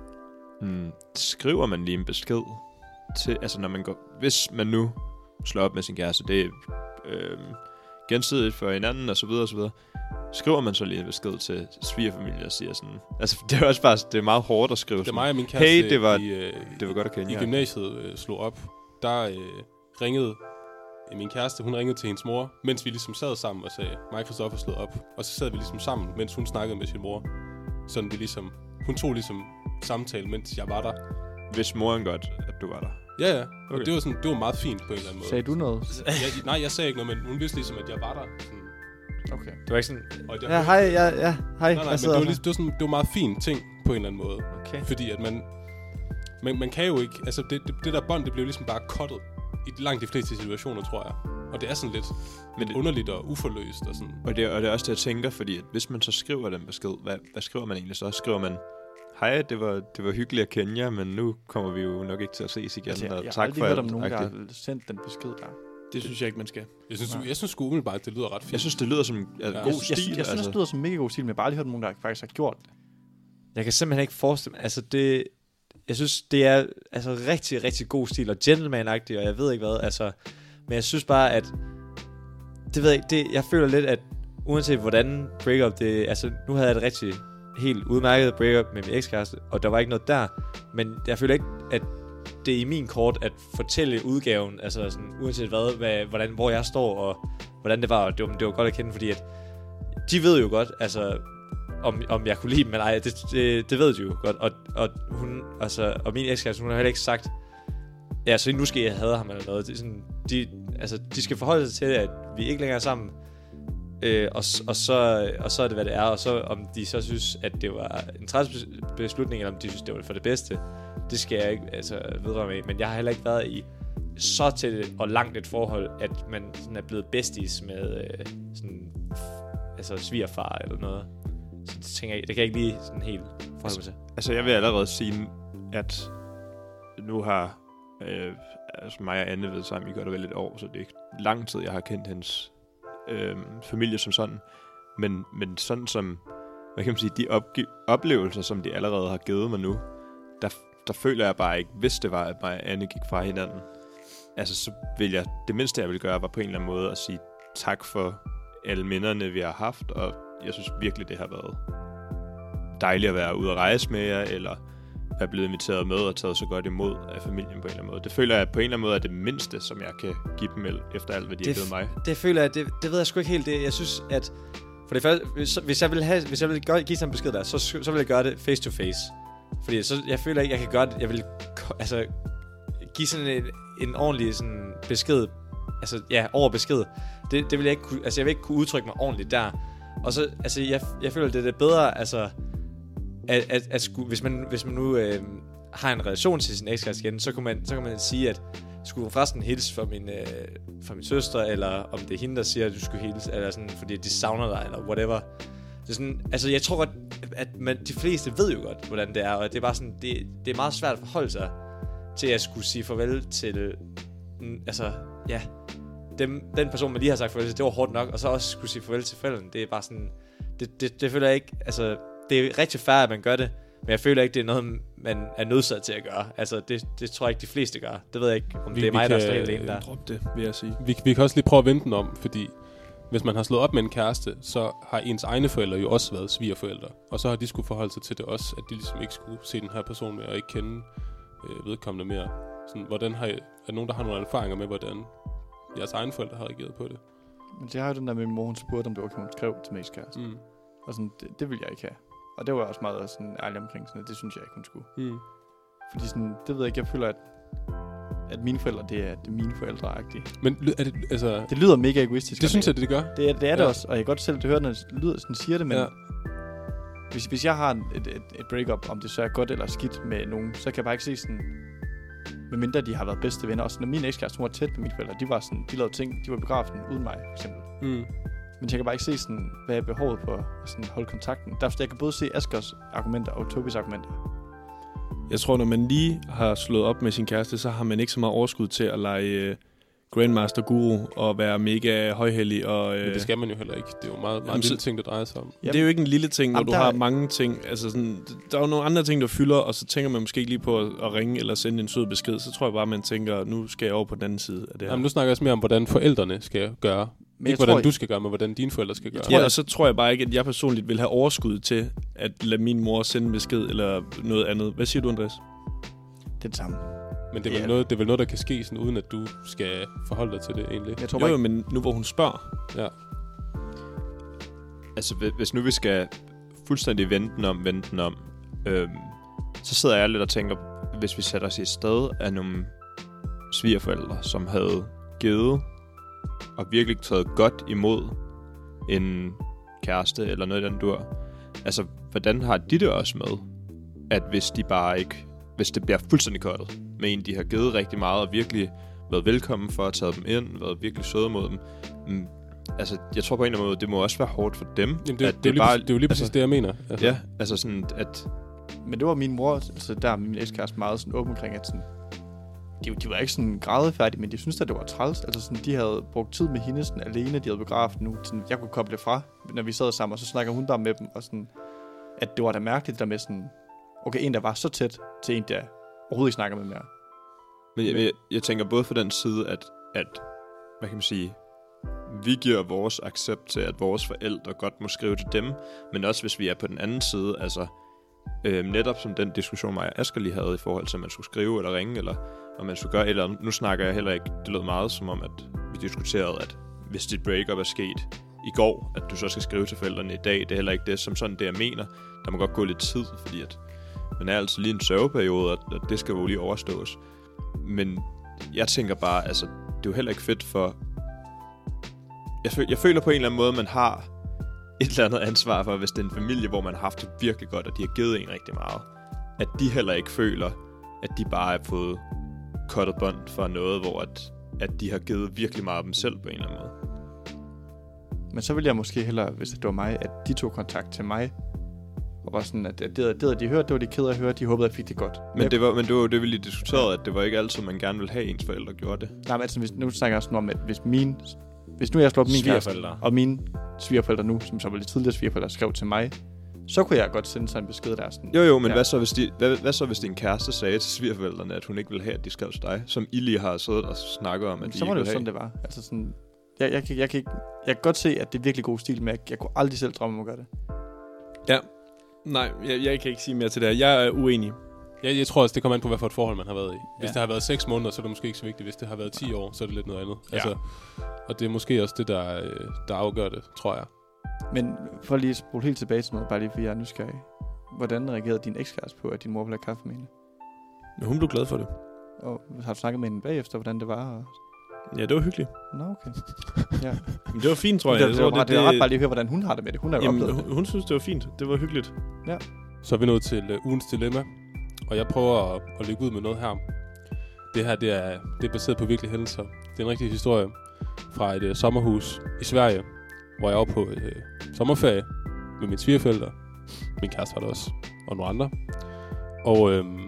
skriver man lige en besked til, altså når man går, hvis man nu slår op med sin kæreste, det er gensidigt for hinanden og så videre, skriver man så lige en besked til svigerfamilie og siger sådan, altså det er også bare, det er meget hårdt at skrive. Det er mig og min kæreste, hey, det var godt at kende i gymnasiet slog op, der ringede min kæreste, hun ringede til hendes mor, mens vi ligesom sad sammen og sagde, mig og Christoffer slået op, og så sad vi ligesom sammen, mens hun snakkede med sin mor, sådan vi ligesom, hun tog ligesom samtale, mens jeg var der. Hvis moren godt, at du var der? Ja, okay. Og det var sådan, det var meget fint på en eller anden måde. Sagde du noget? Nej, jeg sagde ikke noget, men hun vidste ligesom, at jeg var der. Sådan. Okay. Det var ikke sådan, hej. Nej, men det var meget fint ting på en eller anden måde. Okay. Fordi at man kan jo ikke, altså det der bånd, det blev ligesom bare cuttet i langt de fleste situationer, tror jeg. Og det er sådan lidt underligt og uforløst og sådan. Og det er også det, jeg tænker, fordi at hvis man så skriver den besked, hvad skriver man egentlig så? Skriver man, hej, det var hyggeligt at kende jer, men nu kommer vi jo nok ikke til at ses igen. Altså, og jeg tak har aldrig for hørt alt. om nogen, der har sendt den besked der. Det synes jeg ikke, man skal. Jeg synes sgu umiddelbart, det lyder ret fint. Jeg synes, det lyder som god stil. Jeg synes, det lyder som mega god stil, men jeg har bare aldrig hørt nogen, der faktisk har gjort det. Jeg kan simpelthen ikke forestille mig, altså det, jeg synes, det er altså rigtig, rigtig god stil, og gentleman-agtig, og jeg ved ikke hvad, altså, men jeg synes bare, at, det ved jeg ikke, jeg føler lidt, at uanset hvordan breakup, det, altså, nu havde jeg et rigtig, helt udmærket breakup med min ekskæreste, og der var ikke noget der, men jeg føler ikke, at det er i min kort at fortælle udgaven, altså sådan, uanset hvordan, hvor jeg står, og hvordan det var, og det var godt at kende, fordi at de ved jo godt, altså, om jeg kunne lide dem, men ej, det ved de jo godt, og hun, altså, og min ekskæreste, hun har heller ikke sagt, ja, så nu skal jeg have ham eller noget, det er sådan, de skal forholde sig til, at vi ikke længere er sammen, og så er det, hvad det er, og så om de så synes, at det var en træls beslutning, eller om de synes, det var for det bedste, det skal jeg ikke altså videre med, men jeg har heller ikke været i så tæt og langt et forhold, at man sådan er blevet besties med sådan, altså svigerfar eller noget. Så det tænker jeg, det kan jeg ikke lige sådan helt forholde mig til. Altså jeg vil allerede sige, at nu har altså mig og Anne ved sammen, I gør det vel et år, så det er ikke lang tid, jeg har kendt hendes familie som sådan. Men sådan som, hvad kan man sige, de oplevelser, som de allerede har givet mig nu, der føler jeg bare ikke, hvis det var, at mig og Anne gik fra hinanden, altså så vil jeg, det mindste jeg ville gøre, var på en eller anden måde at sige tak for alle minderne, vi har haft, og jeg synes virkelig, det har været dejligt at være ude at rejse med jer, eller være blevet inviteret med og taget så godt imod af familien på en eller anden måde. Det føler jeg på en eller anden måde er det mindste, som jeg kan give dem efter alt, hvad de har givet mig. Det føler jeg, det ved jeg sgu ikke helt. Jeg synes, at for det første, hvis jeg vil give sådan en besked der, så vil jeg gøre det face to face. Fordi så, jeg føler ikke, jeg kan gøre det. Jeg vil altså give sådan en ordentlig sådan besked, altså ja, over besked. Det vil jeg ikke kunne, altså jeg vil ikke kunne udtrykke mig ordentligt der. Og så, altså jeg føler, det er bedre, altså at hvis man nu har en relation til sin ekskæreste igen, så kan man sige, at skulle forresten hilse fra min søster, eller om det er hende, der siger, at du skulle hilse, eller sådan, fordi de savner dig, eller whatever. Det er sådan, altså jeg tror godt, at de fleste ved jo godt, hvordan det er, og det er bare sådan, det er meget svært at forholde sig til at skulle sige farvel til, altså ja, den person, man lige har sagt farvel til, det var hårdt nok, og så også skulle sige farvel til forældrene, det er bare sådan, det føler jeg ikke, altså det er rigtig fair, at man gør det, men jeg føler ikke, det er noget, man er nødsat til at gøre. Altså, det tror jeg ikke, de fleste gør. Det ved jeg ikke, om det er mig, der står helt alene der. Droppe det, vil jeg sige. Vi kan også lige prøve at vente den om, fordi hvis man har slået op med en kæreste, så har ens egne forældre jo også været svigerforældre. Og så har de skulle forholde sig til det også, at de ligesom ikke skulle se den her person mere, og ikke kende vedkommende mere. Sådan, hvordan er der nogen, der har nogle erfaringer med, hvordan jeres egne forældre har reageret på det? Men jeg har jo den der med min mor, hun spurgte, om det var, hun skrev til mig kæreste. Og sådan, det vil jeg ikke have. Og det var også meget sådan ærlig omkring sådan, at det synes jeg ikke, hun skulle. Fordi sådan, det ved jeg ikke, jeg føler, at mine forældre, det er mine forældre-agtige. Men er det, altså... Det lyder mega egoistisk. Det synes jeg, det gør. Det er det også, og jeg kan godt selv høre, når det lyder sådan, siger det, men... Ja. Hvis jeg har et breakup, om det så er godt eller skidt med nogen, så kan jeg bare ikke se sådan... medmindre de har været bedste venner. Også når min ekskæreste, hun var tæt med mine forældre, de lavede ting, de var i biografen uden mig, for eksempel. Men jeg kan bare ikke se sådan, hvad er behovet på at sådan holde kontakten. Derfor jeg kan både se Askers argumenter og Tobis argumenter. Jeg tror, når man lige har slået op med sin kæreste, så har man ikke så meget overskud til at lege Grandmaster Guru og være mega højhellig. Og, men det skal man jo heller ikke. Det er jo meget lille ting, det drejer sig om. Det er jo ikke en lille ting, når du har mange ting. Altså sådan, der er jo nogle andre ting, der fylder, og så tænker man måske ikke lige på at ringe eller sende en sød besked. Så tror jeg bare, man tænker, nu skal jeg over på den anden side af det her. Jamen, nu snakker jeg også mere om, hvordan forældrene skal gøre. Men ikke hvordan du skal gøre, men hvordan dine forældre skal gøre. Ja, og så tror jeg bare ikke, at jeg personligt vil have overskud til at lade min mor sende besked eller noget andet. Hvad siger du, Andreas? Det er det samme. Men det er vel noget, der kan ske, sådan, uden at du skal forholde dig til det egentlig. Jeg tror jo, men nu hvor hun spørger. Ja. Altså, hvis nu vi skal fuldstændig vende den om, så sidder jeg lidt og tænker, hvis vi sætter os i et sted af nogle svigerforældre, som havde givet og virkelig taget godt imod en kæreste eller noget i den dur. Altså, hvordan har de det også med, at hvis det bliver fuldstændig kottet med en, de har givet rigtig meget og virkelig været velkommen for at tage dem ind, været virkelig søde mod dem. Altså, jeg tror på en eller anden måde, det må også være hårdt for dem. Jamen, det er jo lige præcis det, jeg mener. Altså. Ja, altså sådan, at... Men det var min mor, altså der min ekskæreste meget sådan åben omkring, at sådan, de var ikke sådan grædefærdige, men de syntes, at det var træls. Altså sådan, de havde brugt tid med hende sådan alene, de havde begravet nu. Sådan, jeg kunne koble det fra, når vi sad sammen, og så snakker hun der med dem, og sådan, at det var da mærkeligt, der med sådan, okay, en, der var så tæt til en, der overhovedet ikke snakker med mere. Men jeg tænker både for den side, at hvad kan man sige, vi giver vores accept til, at vores forældre godt må skrive til dem, men også hvis vi er på den anden side, altså netop som den diskussion, mig og Asger lige havde i forhold til, at man skulle skrive eller ringe, eller om man skulle gøre eller nu snakker jeg heller ikke, det lød meget som om, at vi diskuterede, at hvis dit breakup er sket i går, at du så skal skrive til forældrene i dag, det er heller ikke det, som sådan det, jeg mener. Der må godt gå lidt tid, fordi at man er altså lige en sørgeperiode, og det skal jo lige overstås. Men jeg tænker bare, altså, det er jo heller ikke fedt for... Jeg føler på en eller anden måde, man har et eller andet ansvar for, hvis det er en familie, hvor man har haft det virkelig godt, og de har givet en rigtig meget. At de heller ikke føler, at de bare har fået cuttet bånd for noget, hvor at de har givet virkelig meget af dem selv på en eller anden måde. Men så ville jeg måske hellere, hvis det var mig, at de tog kontakt til mig, og var sådan, at det de hørte, det var de kede at høre, de håbede, at jeg fik det godt. Men det var det, vi lige diskuterede, at det var ikke altid, man gerne ville have, ens forældre gjorde det. Nej, men altså, nu snakker jeg også om, at hvis nu jeg slår op min kæreste, og mine svigerforældre nu, som så var lidt tidligere svigerforældre, skrev til mig, så kunne jeg godt sende sig en besked der. Sådan, jo, men ja. Hvad så, hvis din kæreste sagde til svigerforældrene, at hun ikke ville have, at de skrev til dig, som I lige har siddet og snakket om, at de så var det jo sådan, det var. Altså sådan, jeg kan godt se, at det er virkelig god stil, men jeg kunne aldrig selv drømme om at gøre det. Ja. Nej, jeg kan ikke sige mere til det her. Jeg er uenig. Jeg tror også, det kommer an på, hvad for et forhold man har været i. Hvis det har været 6 måneder, så er det måske ikke så vigtigt. Hvis det har været 10 år, så er det lidt noget andet. Ja. Altså, og det er måske også det, der afgør det, tror jeg. Men for lige at spole helt tilbage til noget, bare lige for jeg er nysgerrig. Hvordan reagerede din ekskæreste på, at din mor ville have kaffe med hende? Men hun blev glad for det. Og har du snakket med hende bagefter, hvordan det var? Og... Ja, det var hyggeligt. Nå, okay. Ja. Men det var fint, tror jeg. Det er ret bare lige at høre, hvordan hun har det med det. Hun har jo oplevet det. Hun synes, det var fint. Det var hyggeligt. Ja. Så er vi nået til ugens dilemma. Og jeg prøver at lægge ud med noget her. Det her, det er baseret på virkelige hændelser. Det er en rigtig historie fra et sommerhus i Sverige, hvor jeg var på sommerferie med mine svigerforældre. Min kæreste var der også, og nogle andre. Og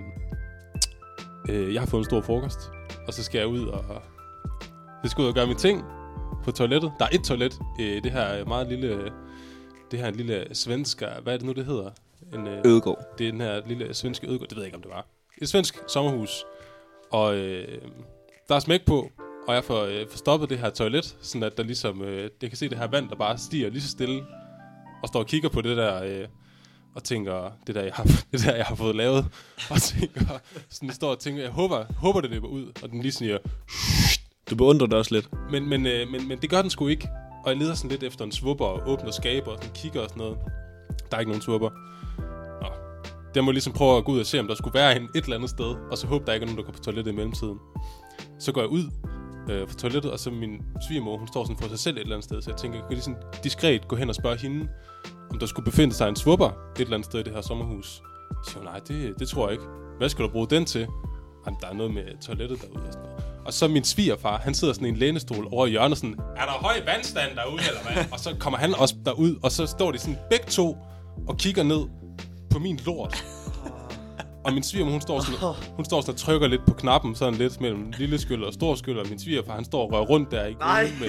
jeg har fået en stor frokost, og så skal jeg ud og gøre mine ting på toilettet. Der er et toilet. Det her er meget lille... Det her er en lille svensker... Hvad er det nu, det hedder? Ødegård. Det er den her lille svenske ødegård. Det ved jeg ikke, om det var. Et svensk sommerhus. Og der er smæk på, og jeg får stoppet det her toilet, sådan at der ligesom... jeg kan se det her vand, der bare stiger lige så stille, og står og kigger på det der... og tænker, det der, jeg har fået lavet. Og tænker, sådan står og tænker, jeg håber det løber ud. Og den lige siger... Du beundrer det også lidt. Men det gør den sgu ikke. Og jeg leder sådan lidt efter en svupper og åbner skaber og sådan kigger og sådan noget. Der er ikke nogen svupper. Nå. Der må ligesom prøve at gå ud og se, om der skulle være et eller andet sted. Og så håber der ikke er nogen, der går på toilettet i mellemtiden. Så går jeg ud fra toilettet, og så min svigermor, hun står sådan for sig selv et eller andet sted. Så jeg tænker, jeg kan lige sådan diskret gå hen og spørge hende, om der skulle befinde sig en svupper et eller andet sted i det her sommerhus. Så siger hun, nej, det tror jeg ikke. Hvad skal du bruge den til? jamen, der er noget med toilettet derude og sådan noget. Og så min svigerfar, han sidder sådan i en lænestol over i hjørnet sådan, er der høj vandstand derude, eller hvad? Og så kommer han også derud, og så står de sådan begge to og kigger ned på min lort. Og min svigermor, hun står sådan og trykker lidt på knappen, sådan lidt mellem lille skyld og stor skyld, og min svigerfar, han står og rører rundt der i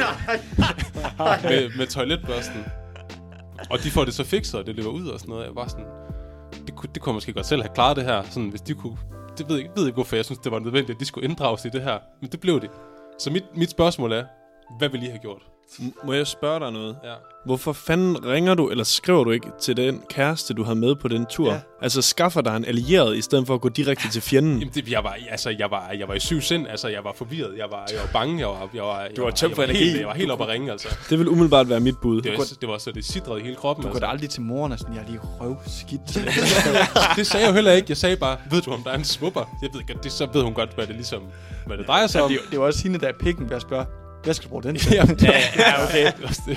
med toiletbørsten. Og de får det så fikset, og det løber ud og sådan noget. Jeg var sådan, det kunne måske godt selv have klaret det her, sådan hvis de kunne. Det ved ikke hvorfor jeg synes, det var nødvendigt, at de skulle inddrages i det her. Men det blev det. Så mit spørgsmål er, hvad vil I have gjort? Må jeg spørge dig noget? Ja. Hvorfor fanden ringer du, eller skriver du ikke til den kæreste, du har med på den tur? Ja. Altså, skaffer dig en allieret, i stedet for at gå direkte til fjenden? Jamen, jeg var i syv sind. Altså, jeg var forvirret. Jeg var bange. Du var tømt for energi. Jeg var helt oppe at ringe, altså. Det vil umiddelbart være mit bud. Det var så det sidrede i hele kroppen. Du går da aldrig til moren og sådan, jeg er lige røvskidt. Det sagde jeg jo heller ikke. Jeg sagde bare, ved du, om der er en svupper? Jeg ved ikke, så ved hun godt, hvad det drejer sig om. Det var også hende, der er pikken, ved at spørge, hvad skal du bruge den til? Ja, okay.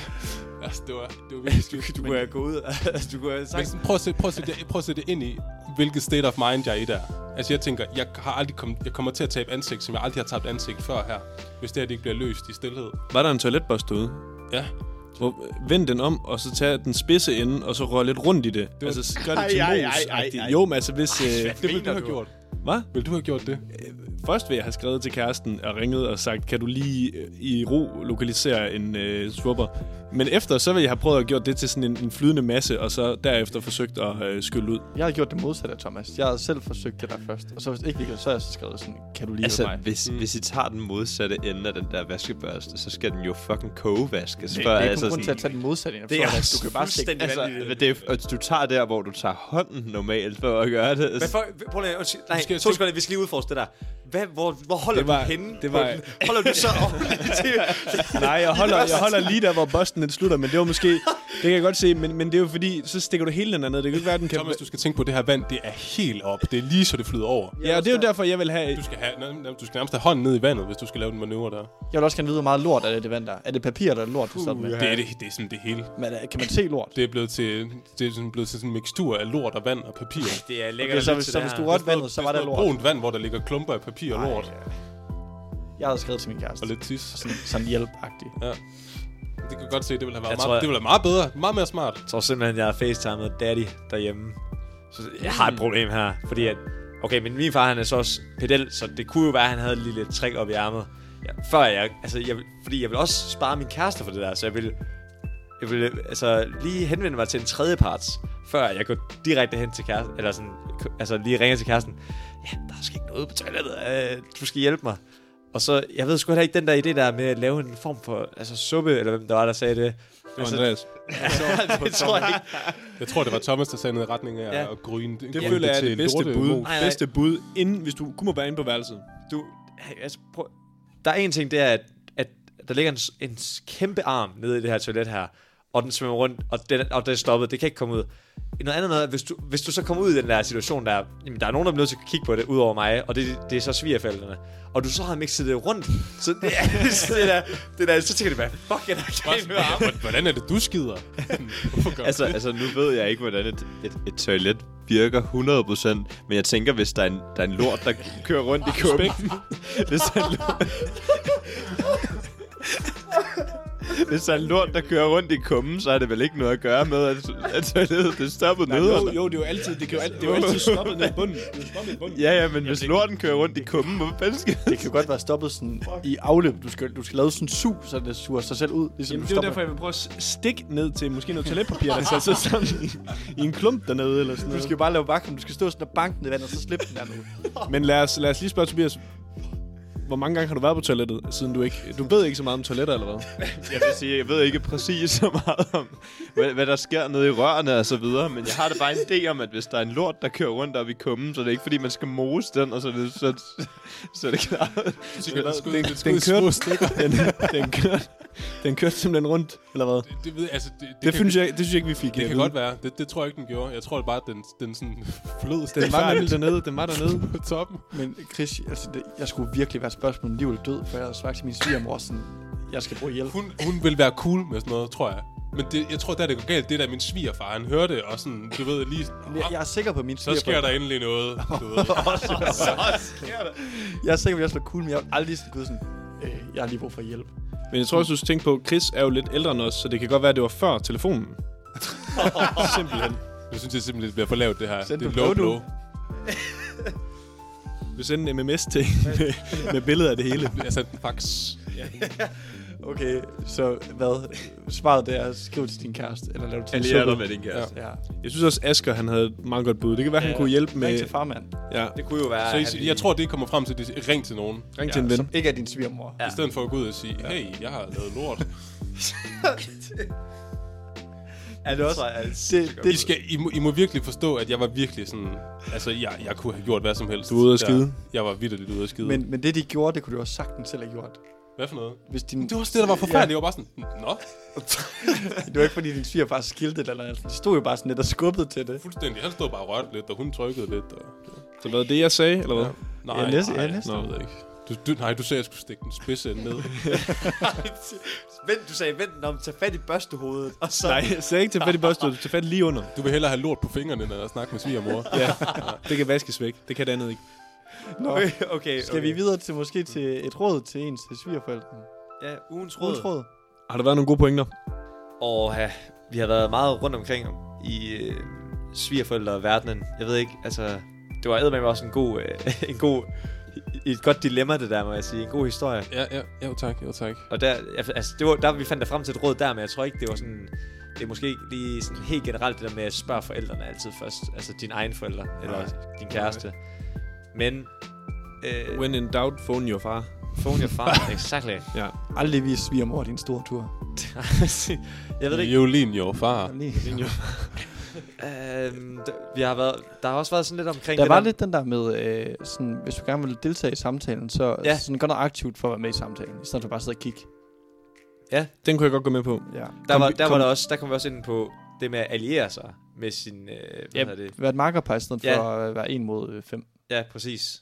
Det var virkelig styrt. Du kunne gå ud. Du kunne sagt. Prøv at sætte det ind i, hvilket state of mind jeg er i der. Altså jeg tænker, jeg kommer til at tabe ansigt, som jeg aldrig har tabt ansigt før her, hvis det her ikke bliver løst i stilhed. Var der en toiletbørste derude? Ja. Vend den om, og så tage den spidse ende, og så røre lidt rundt i det. Altså gør det til mos. Jo, men altså hvis... Det ville du have gjort. Hvad? Vil du have gjort det? Først vil jeg have skrevet til kæresten og ringet og sagt, kan du lige i ro lokalisere en swapper? Men efter, så vil jeg have prøvet at gøre det til sådan en flydende masse, og så derefter forsøgt at skylle ud. Jeg havde gjort det modsatte, Thomas. Jeg havde selv forsøgt det der først. Og så hvis ikke virkelig, så har jeg så skrevet sådan, kan du lige altså, mig? Hvis I tager den modsatte ende af den der vaskebørste, så skal den jo fucking kogevaskes. Det er ikke grund til at tage den modsatte ende. Det er du kan bare stikke. Altså, du tager der, hvor du tager hånden normalt for at gøre det. Men prøv lige, vi skal lige udforske det der. Hvor holder du henne? Holder du så op til... Nej, jeg holder lige der, hvor bosten den slutter, men det var måske... Det kan jeg godt se, men det er jo fordi, så stikker du hele den der ned. Det kan ikke være, den kan... Thomas, du skal tænke på, det her vand, det er helt op. Det er lige så det flyder over. Ja, og det er jo derfor, jeg vil have... Du skal nærmest have hånden ned i vandet, hvis du skal lave den manøvre der. Jeg vil også gerne vide, hvor meget lort er det vand der. Er det papir, der er lort, du sådan med? Det er sådan det hele. Men kan man se lort? Det er blevet til sådan en mikstur af lort og vand og papir. Det er lækkert. Okay, så hvis du rørte vandet, så var der lort. Brunt vand, hvor der ligger klumper af papir og lort. Jeg havde skrevet til min kæreste. Og lidt tis. Sådan hjælpagtigt. Ja. Det kan godt se, det ville have været det ville være meget bedre. Meget mere smart. Jeg tror simpelthen, jeg har facetimet daddy derhjemme. Så jeg har et problem her. Fordi at... Okay, men min far, han er så også pedel, så det kunne jo være, at han havde et lille trick op i ærmet. Ja, før jeg... Altså, fordi jeg vil også spare min kæreste for det der, så jeg vil altså lige henvende mig til en tredjeparts, før jeg går direkte hen til kæresten, eller sådan, altså lige ringer til kæresten. Ja, der er sgu ikke noget på toilettet. Du skal hjælpe mig. Og så, jeg ved sgu heller ikke den der idé der med at lave en form for suppe, eller hvem der var, der sagde det. Det var Andreas. Det tror jeg ikke. Jeg tror, det var Thomas, der sagde noget i retning af at gryne. Det føler jeg er det bedste bud. Bedste bud, inden, hvis du kommer bare ind på værelset. Der er en ting, det er, at der ligger en kæmpe arm nede i det her toilet her, og den svømmer rundt, og det er stoppet. Det kan ikke komme ud. Noget andet noget, hvis du så kommer ud i den der situation der, jamen, der er nogen, der bliver nødt til at kigge på det, ud over mig, og det er så svigerforældrene. Og du så har mixet det rundt, så det der, så tænker du bare, fuck, jeg er galt med armen. Hvordan er det, du skider? altså, nu ved jeg ikke, hvordan et toilet virker 100%, men jeg tænker, hvis der er en lort, der kører rundt i kummen. Hvis der er en lort... Hvis der er en lort, der kører rundt i kummen, så er det vel ikke noget at gøre med, at toilettet det er stoppet nede. Jo, det er jo altid, det er jo altid stoppet ned i bunden. Ja, men hvis lorten kører rundt i kummen, hvor fanden skal det kan jo godt være stoppet sådan i afløb. Du skal lave sådan en sug, så det suger sig selv ud. Ligesom det er derfor, jeg vil prøve at stikke ned til måske noget toiletpapir, der så sådan i en klump dernede eller sådan noget. Du skal jo bare lave vakuum. Du skal stå sådan og banke ned i vandet, og så slippe den dernede. Men lad os lige spørge Tobias. Hvor mange gange har du været på toilettet, siden du ved ikke så meget om toiletter, eller hvad? Jeg vil sige, jeg ved ikke præcis så meget om, hvad der sker nede i rørene og så videre, men jeg har det bare en idé om, at hvis der er en lort, der kører rundt op i kummen, så det er ikke fordi, man skal mose den, og så er det klart. Den kørte simpelthen rundt, eller hvad? Det synes jeg ikke, vi fik. Det kan godt være. Det tror jeg ikke, den gjorde. Jeg tror bare, at den sådan flød. Den var dernede på toppen. Men Chris, altså jeg skulle virkelig være spørgsmål om liv eller død, for jeg havde sagt til min svigermor sådan, jeg skal bruge hjælp. Hun vil være cool med sådan noget, tror jeg. Men jeg tror, der det går galt. Det der min svigerfar, han hørte det, og sådan, du ved lige... Jeg er sikker på, at min så sker der endelig noget, du ved. Jeg er sikker på, at jeg slår cool, men jeg har aldrig sådan jeg har lige brug for hjælp. Men jeg tror også, du skal tænke på, Chris er jo lidt ældre end os, så det kan godt være, at det var før telefonen. Simpelthen. Jeg synes, det simpelthen bliver for lavt, det her. Send det du blå. Vi sender en MMS til med billeder af det hele. Jeg sendte en fax. Okay, så hvad? Svaret det er, skriv til din kæreste, eller lav til Allierer dig med din kæreste. Ja. Jeg synes også, Asger han havde et meget godt bud. Det kan være, han kunne hjælpe med... Ring til farmand. Ja. Det kunne jo være... Så jeg tror, det kommer frem til, at ring til nogen. Ring til en ven. Som ikke er din svigermor. I stedet for at gå ud og sige, hey, jeg har lavet lort. Er det også... I må virkelig forstå, at jeg var virkelig sådan... Altså, jeg kunne have gjort hvad som helst. Du er ude at skide. Jeg var vitterligt ude at skide. Men det, de gjorde, det kunne du også sagtens selv have gjort. Hvad for noget? Hvis din... Det var også det, der var forfærdeligt. Jeg var bare sådan, nå? Det var ikke, fordi din svigerfar skilte eller noget. De stod jo bare sådan lidt og skubbede til det. Fuldstændig. Han stod bare og rørte lidt, og hun trykkede lidt. Og... Så hvad det, jeg sagde, eller hvad? Nej, næste. Nå, jeg ved ikke. Du sagde, at jeg skulle stikke den spidse ende ned. Du sagde, vent om, tag fat i børstehovedet. Og så... Nej, jeg sagde ikke til fat i børstehovedet. Tag fat lige under. Du vil hellere have lort på fingrene, end at snakke med svigermor. Ja, det kan vaskes væk. Det kan det andet ikke. Nå, okay. skal vi videre til måske til et råd til ens svigerforældre? Ja, ugens råd. Har der været nogle gode pointer? Vi har været meget rundt omkring i svigerforældreverdenen. Jeg ved ikke, altså... Det var eddermame også en god et godt dilemma, det der, må jeg sige. En god historie. Ja, jo tak. Og der, altså, det var, der vi fandt der frem til et råd der, men jeg tror ikke, det var sådan... Det er måske ikke lige sådan helt generelt det der med at spørge forældrene altid først. Altså dine egne forældre, eller din kæreste. Men... When in doubt, phone your far. Phone your far, exactly. Ja. Aldrig vis svigermor din store tur. Jeg ved det ikke. Violin your far. Der har også været sådan lidt omkring der det var der. lidt den der med sådan, hvis du gerne vil deltage i samtalen, så sådan gør noget aktivt for at være med i samtalen, i stedet for bare at sidde og kigge. Ja, den kunne jeg godt gå med på. Ja. Der kom vi også ind på det med at alliere sig med sin være et makkerpar i stedet for at være 1 mod 5. Ja, præcis.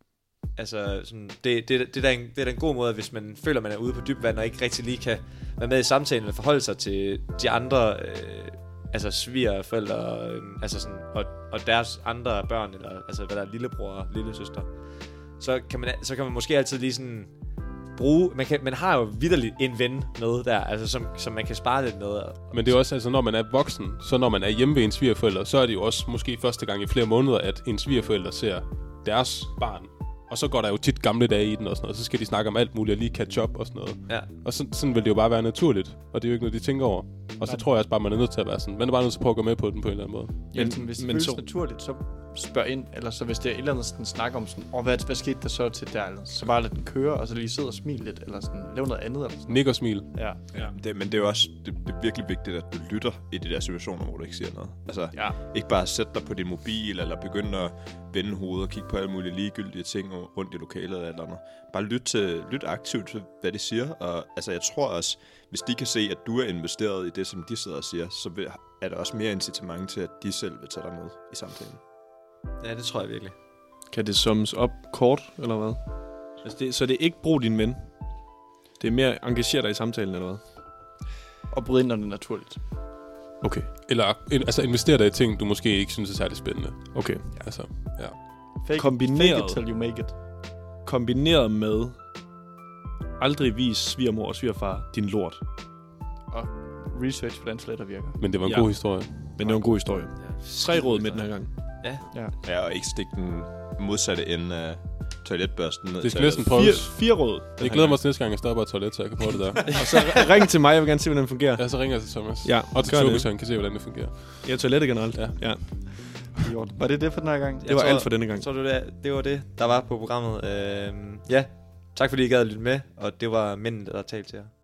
Altså sådan, det er da en god måde, hvis man føler man er ude på dybt vand og ikke rigtig lige kan være med i samtalen og forholde sig til de andre altså svigerforældre, altså sådan, og deres andre børn, eller altså hvad der er lillebror og lillesøster, så kan man måske altid lige sådan bruge, man har jo vitterligt en ven med der, altså som man kan spare lidt med. Men det er også, altså når man er voksen, så når man er hjemme ved en svigerforælder, så er det jo også måske første gang i flere måneder, at en svigerforælder ser deres barn. Og så går der jo tit gamle dage i den og sådan noget. Så skal de snakke om alt muligt og lige catch up og sådan noget. Ja. Og sådan vil det jo bare være naturligt. Og det er jo ikke noget, de tænker over. Og så tror jeg også bare, man er nødt til at være sådan. Man er bare nødt til at prøve at gå med på den på en eller anden måde. Ja, hvis det føles naturligt, så spørg ind. Eller så hvis det er et eller andet sådan, snak om sådan, hvad skete der så til der? Eller, så bare lad den køre, og så lige sidde og smile lidt. Eller sådan, lave noget andet. Eller sådan. Nik og smil. Ja. Men det er jo også det er virkelig vigtigt, at du lytter i de der situationer, hvor du ikke siger noget. Altså, ikke bare sætte dig på din mobil, eller begynde at vende hovedet og kigge på alle mulige ligegyldige ting rundt i lokalet eller andet. Bare lyt aktivt til, hvad de siger. Og altså, jeg tror også, hvis de kan se, at du er investeret i det, som de sidder og siger, så er der også mere incitament til, at de selv vil tage dig med i samtalen. Ja, det tror jeg virkelig. Kan det summes op kort, eller hvad? Altså så det er ikke brug din ven. Det er mere engagere dig i samtalen, eller hvad? Og bryde ind, når det er naturligt. Okay. Eller altså investere dig i ting, du måske ikke synes er særlig spændende. Okay. Altså, ja. Fake it till you make it. Kombineret med aldrig vis svigermor og svigerfar din lort. Og research, hvordan sletter virker. Men det var en god historie. Men det var en god historie. 3 råd med den her gang. Ja, og ikke stikke den modsatte ende af toiletbørsten ned. Det skal næsten prøves. 4 råd. Jeg glæder mig til næste gang, jeg stopper et toilet, så jeg kan prøve det der. Og så ring til mig, jeg vil gerne se, hvordan det fungerer. Ja, så ringer jeg til Thomas. Ja, og til Tobi, så han kan se, hvordan det fungerer. Ja, toilettet generelt. Ja. Var det for den her gang? Det var alt for denne gang. Så det var det, der var på programmet. Ja, tak fordi I gad at lytte med, og det var mændene, der talte til jer.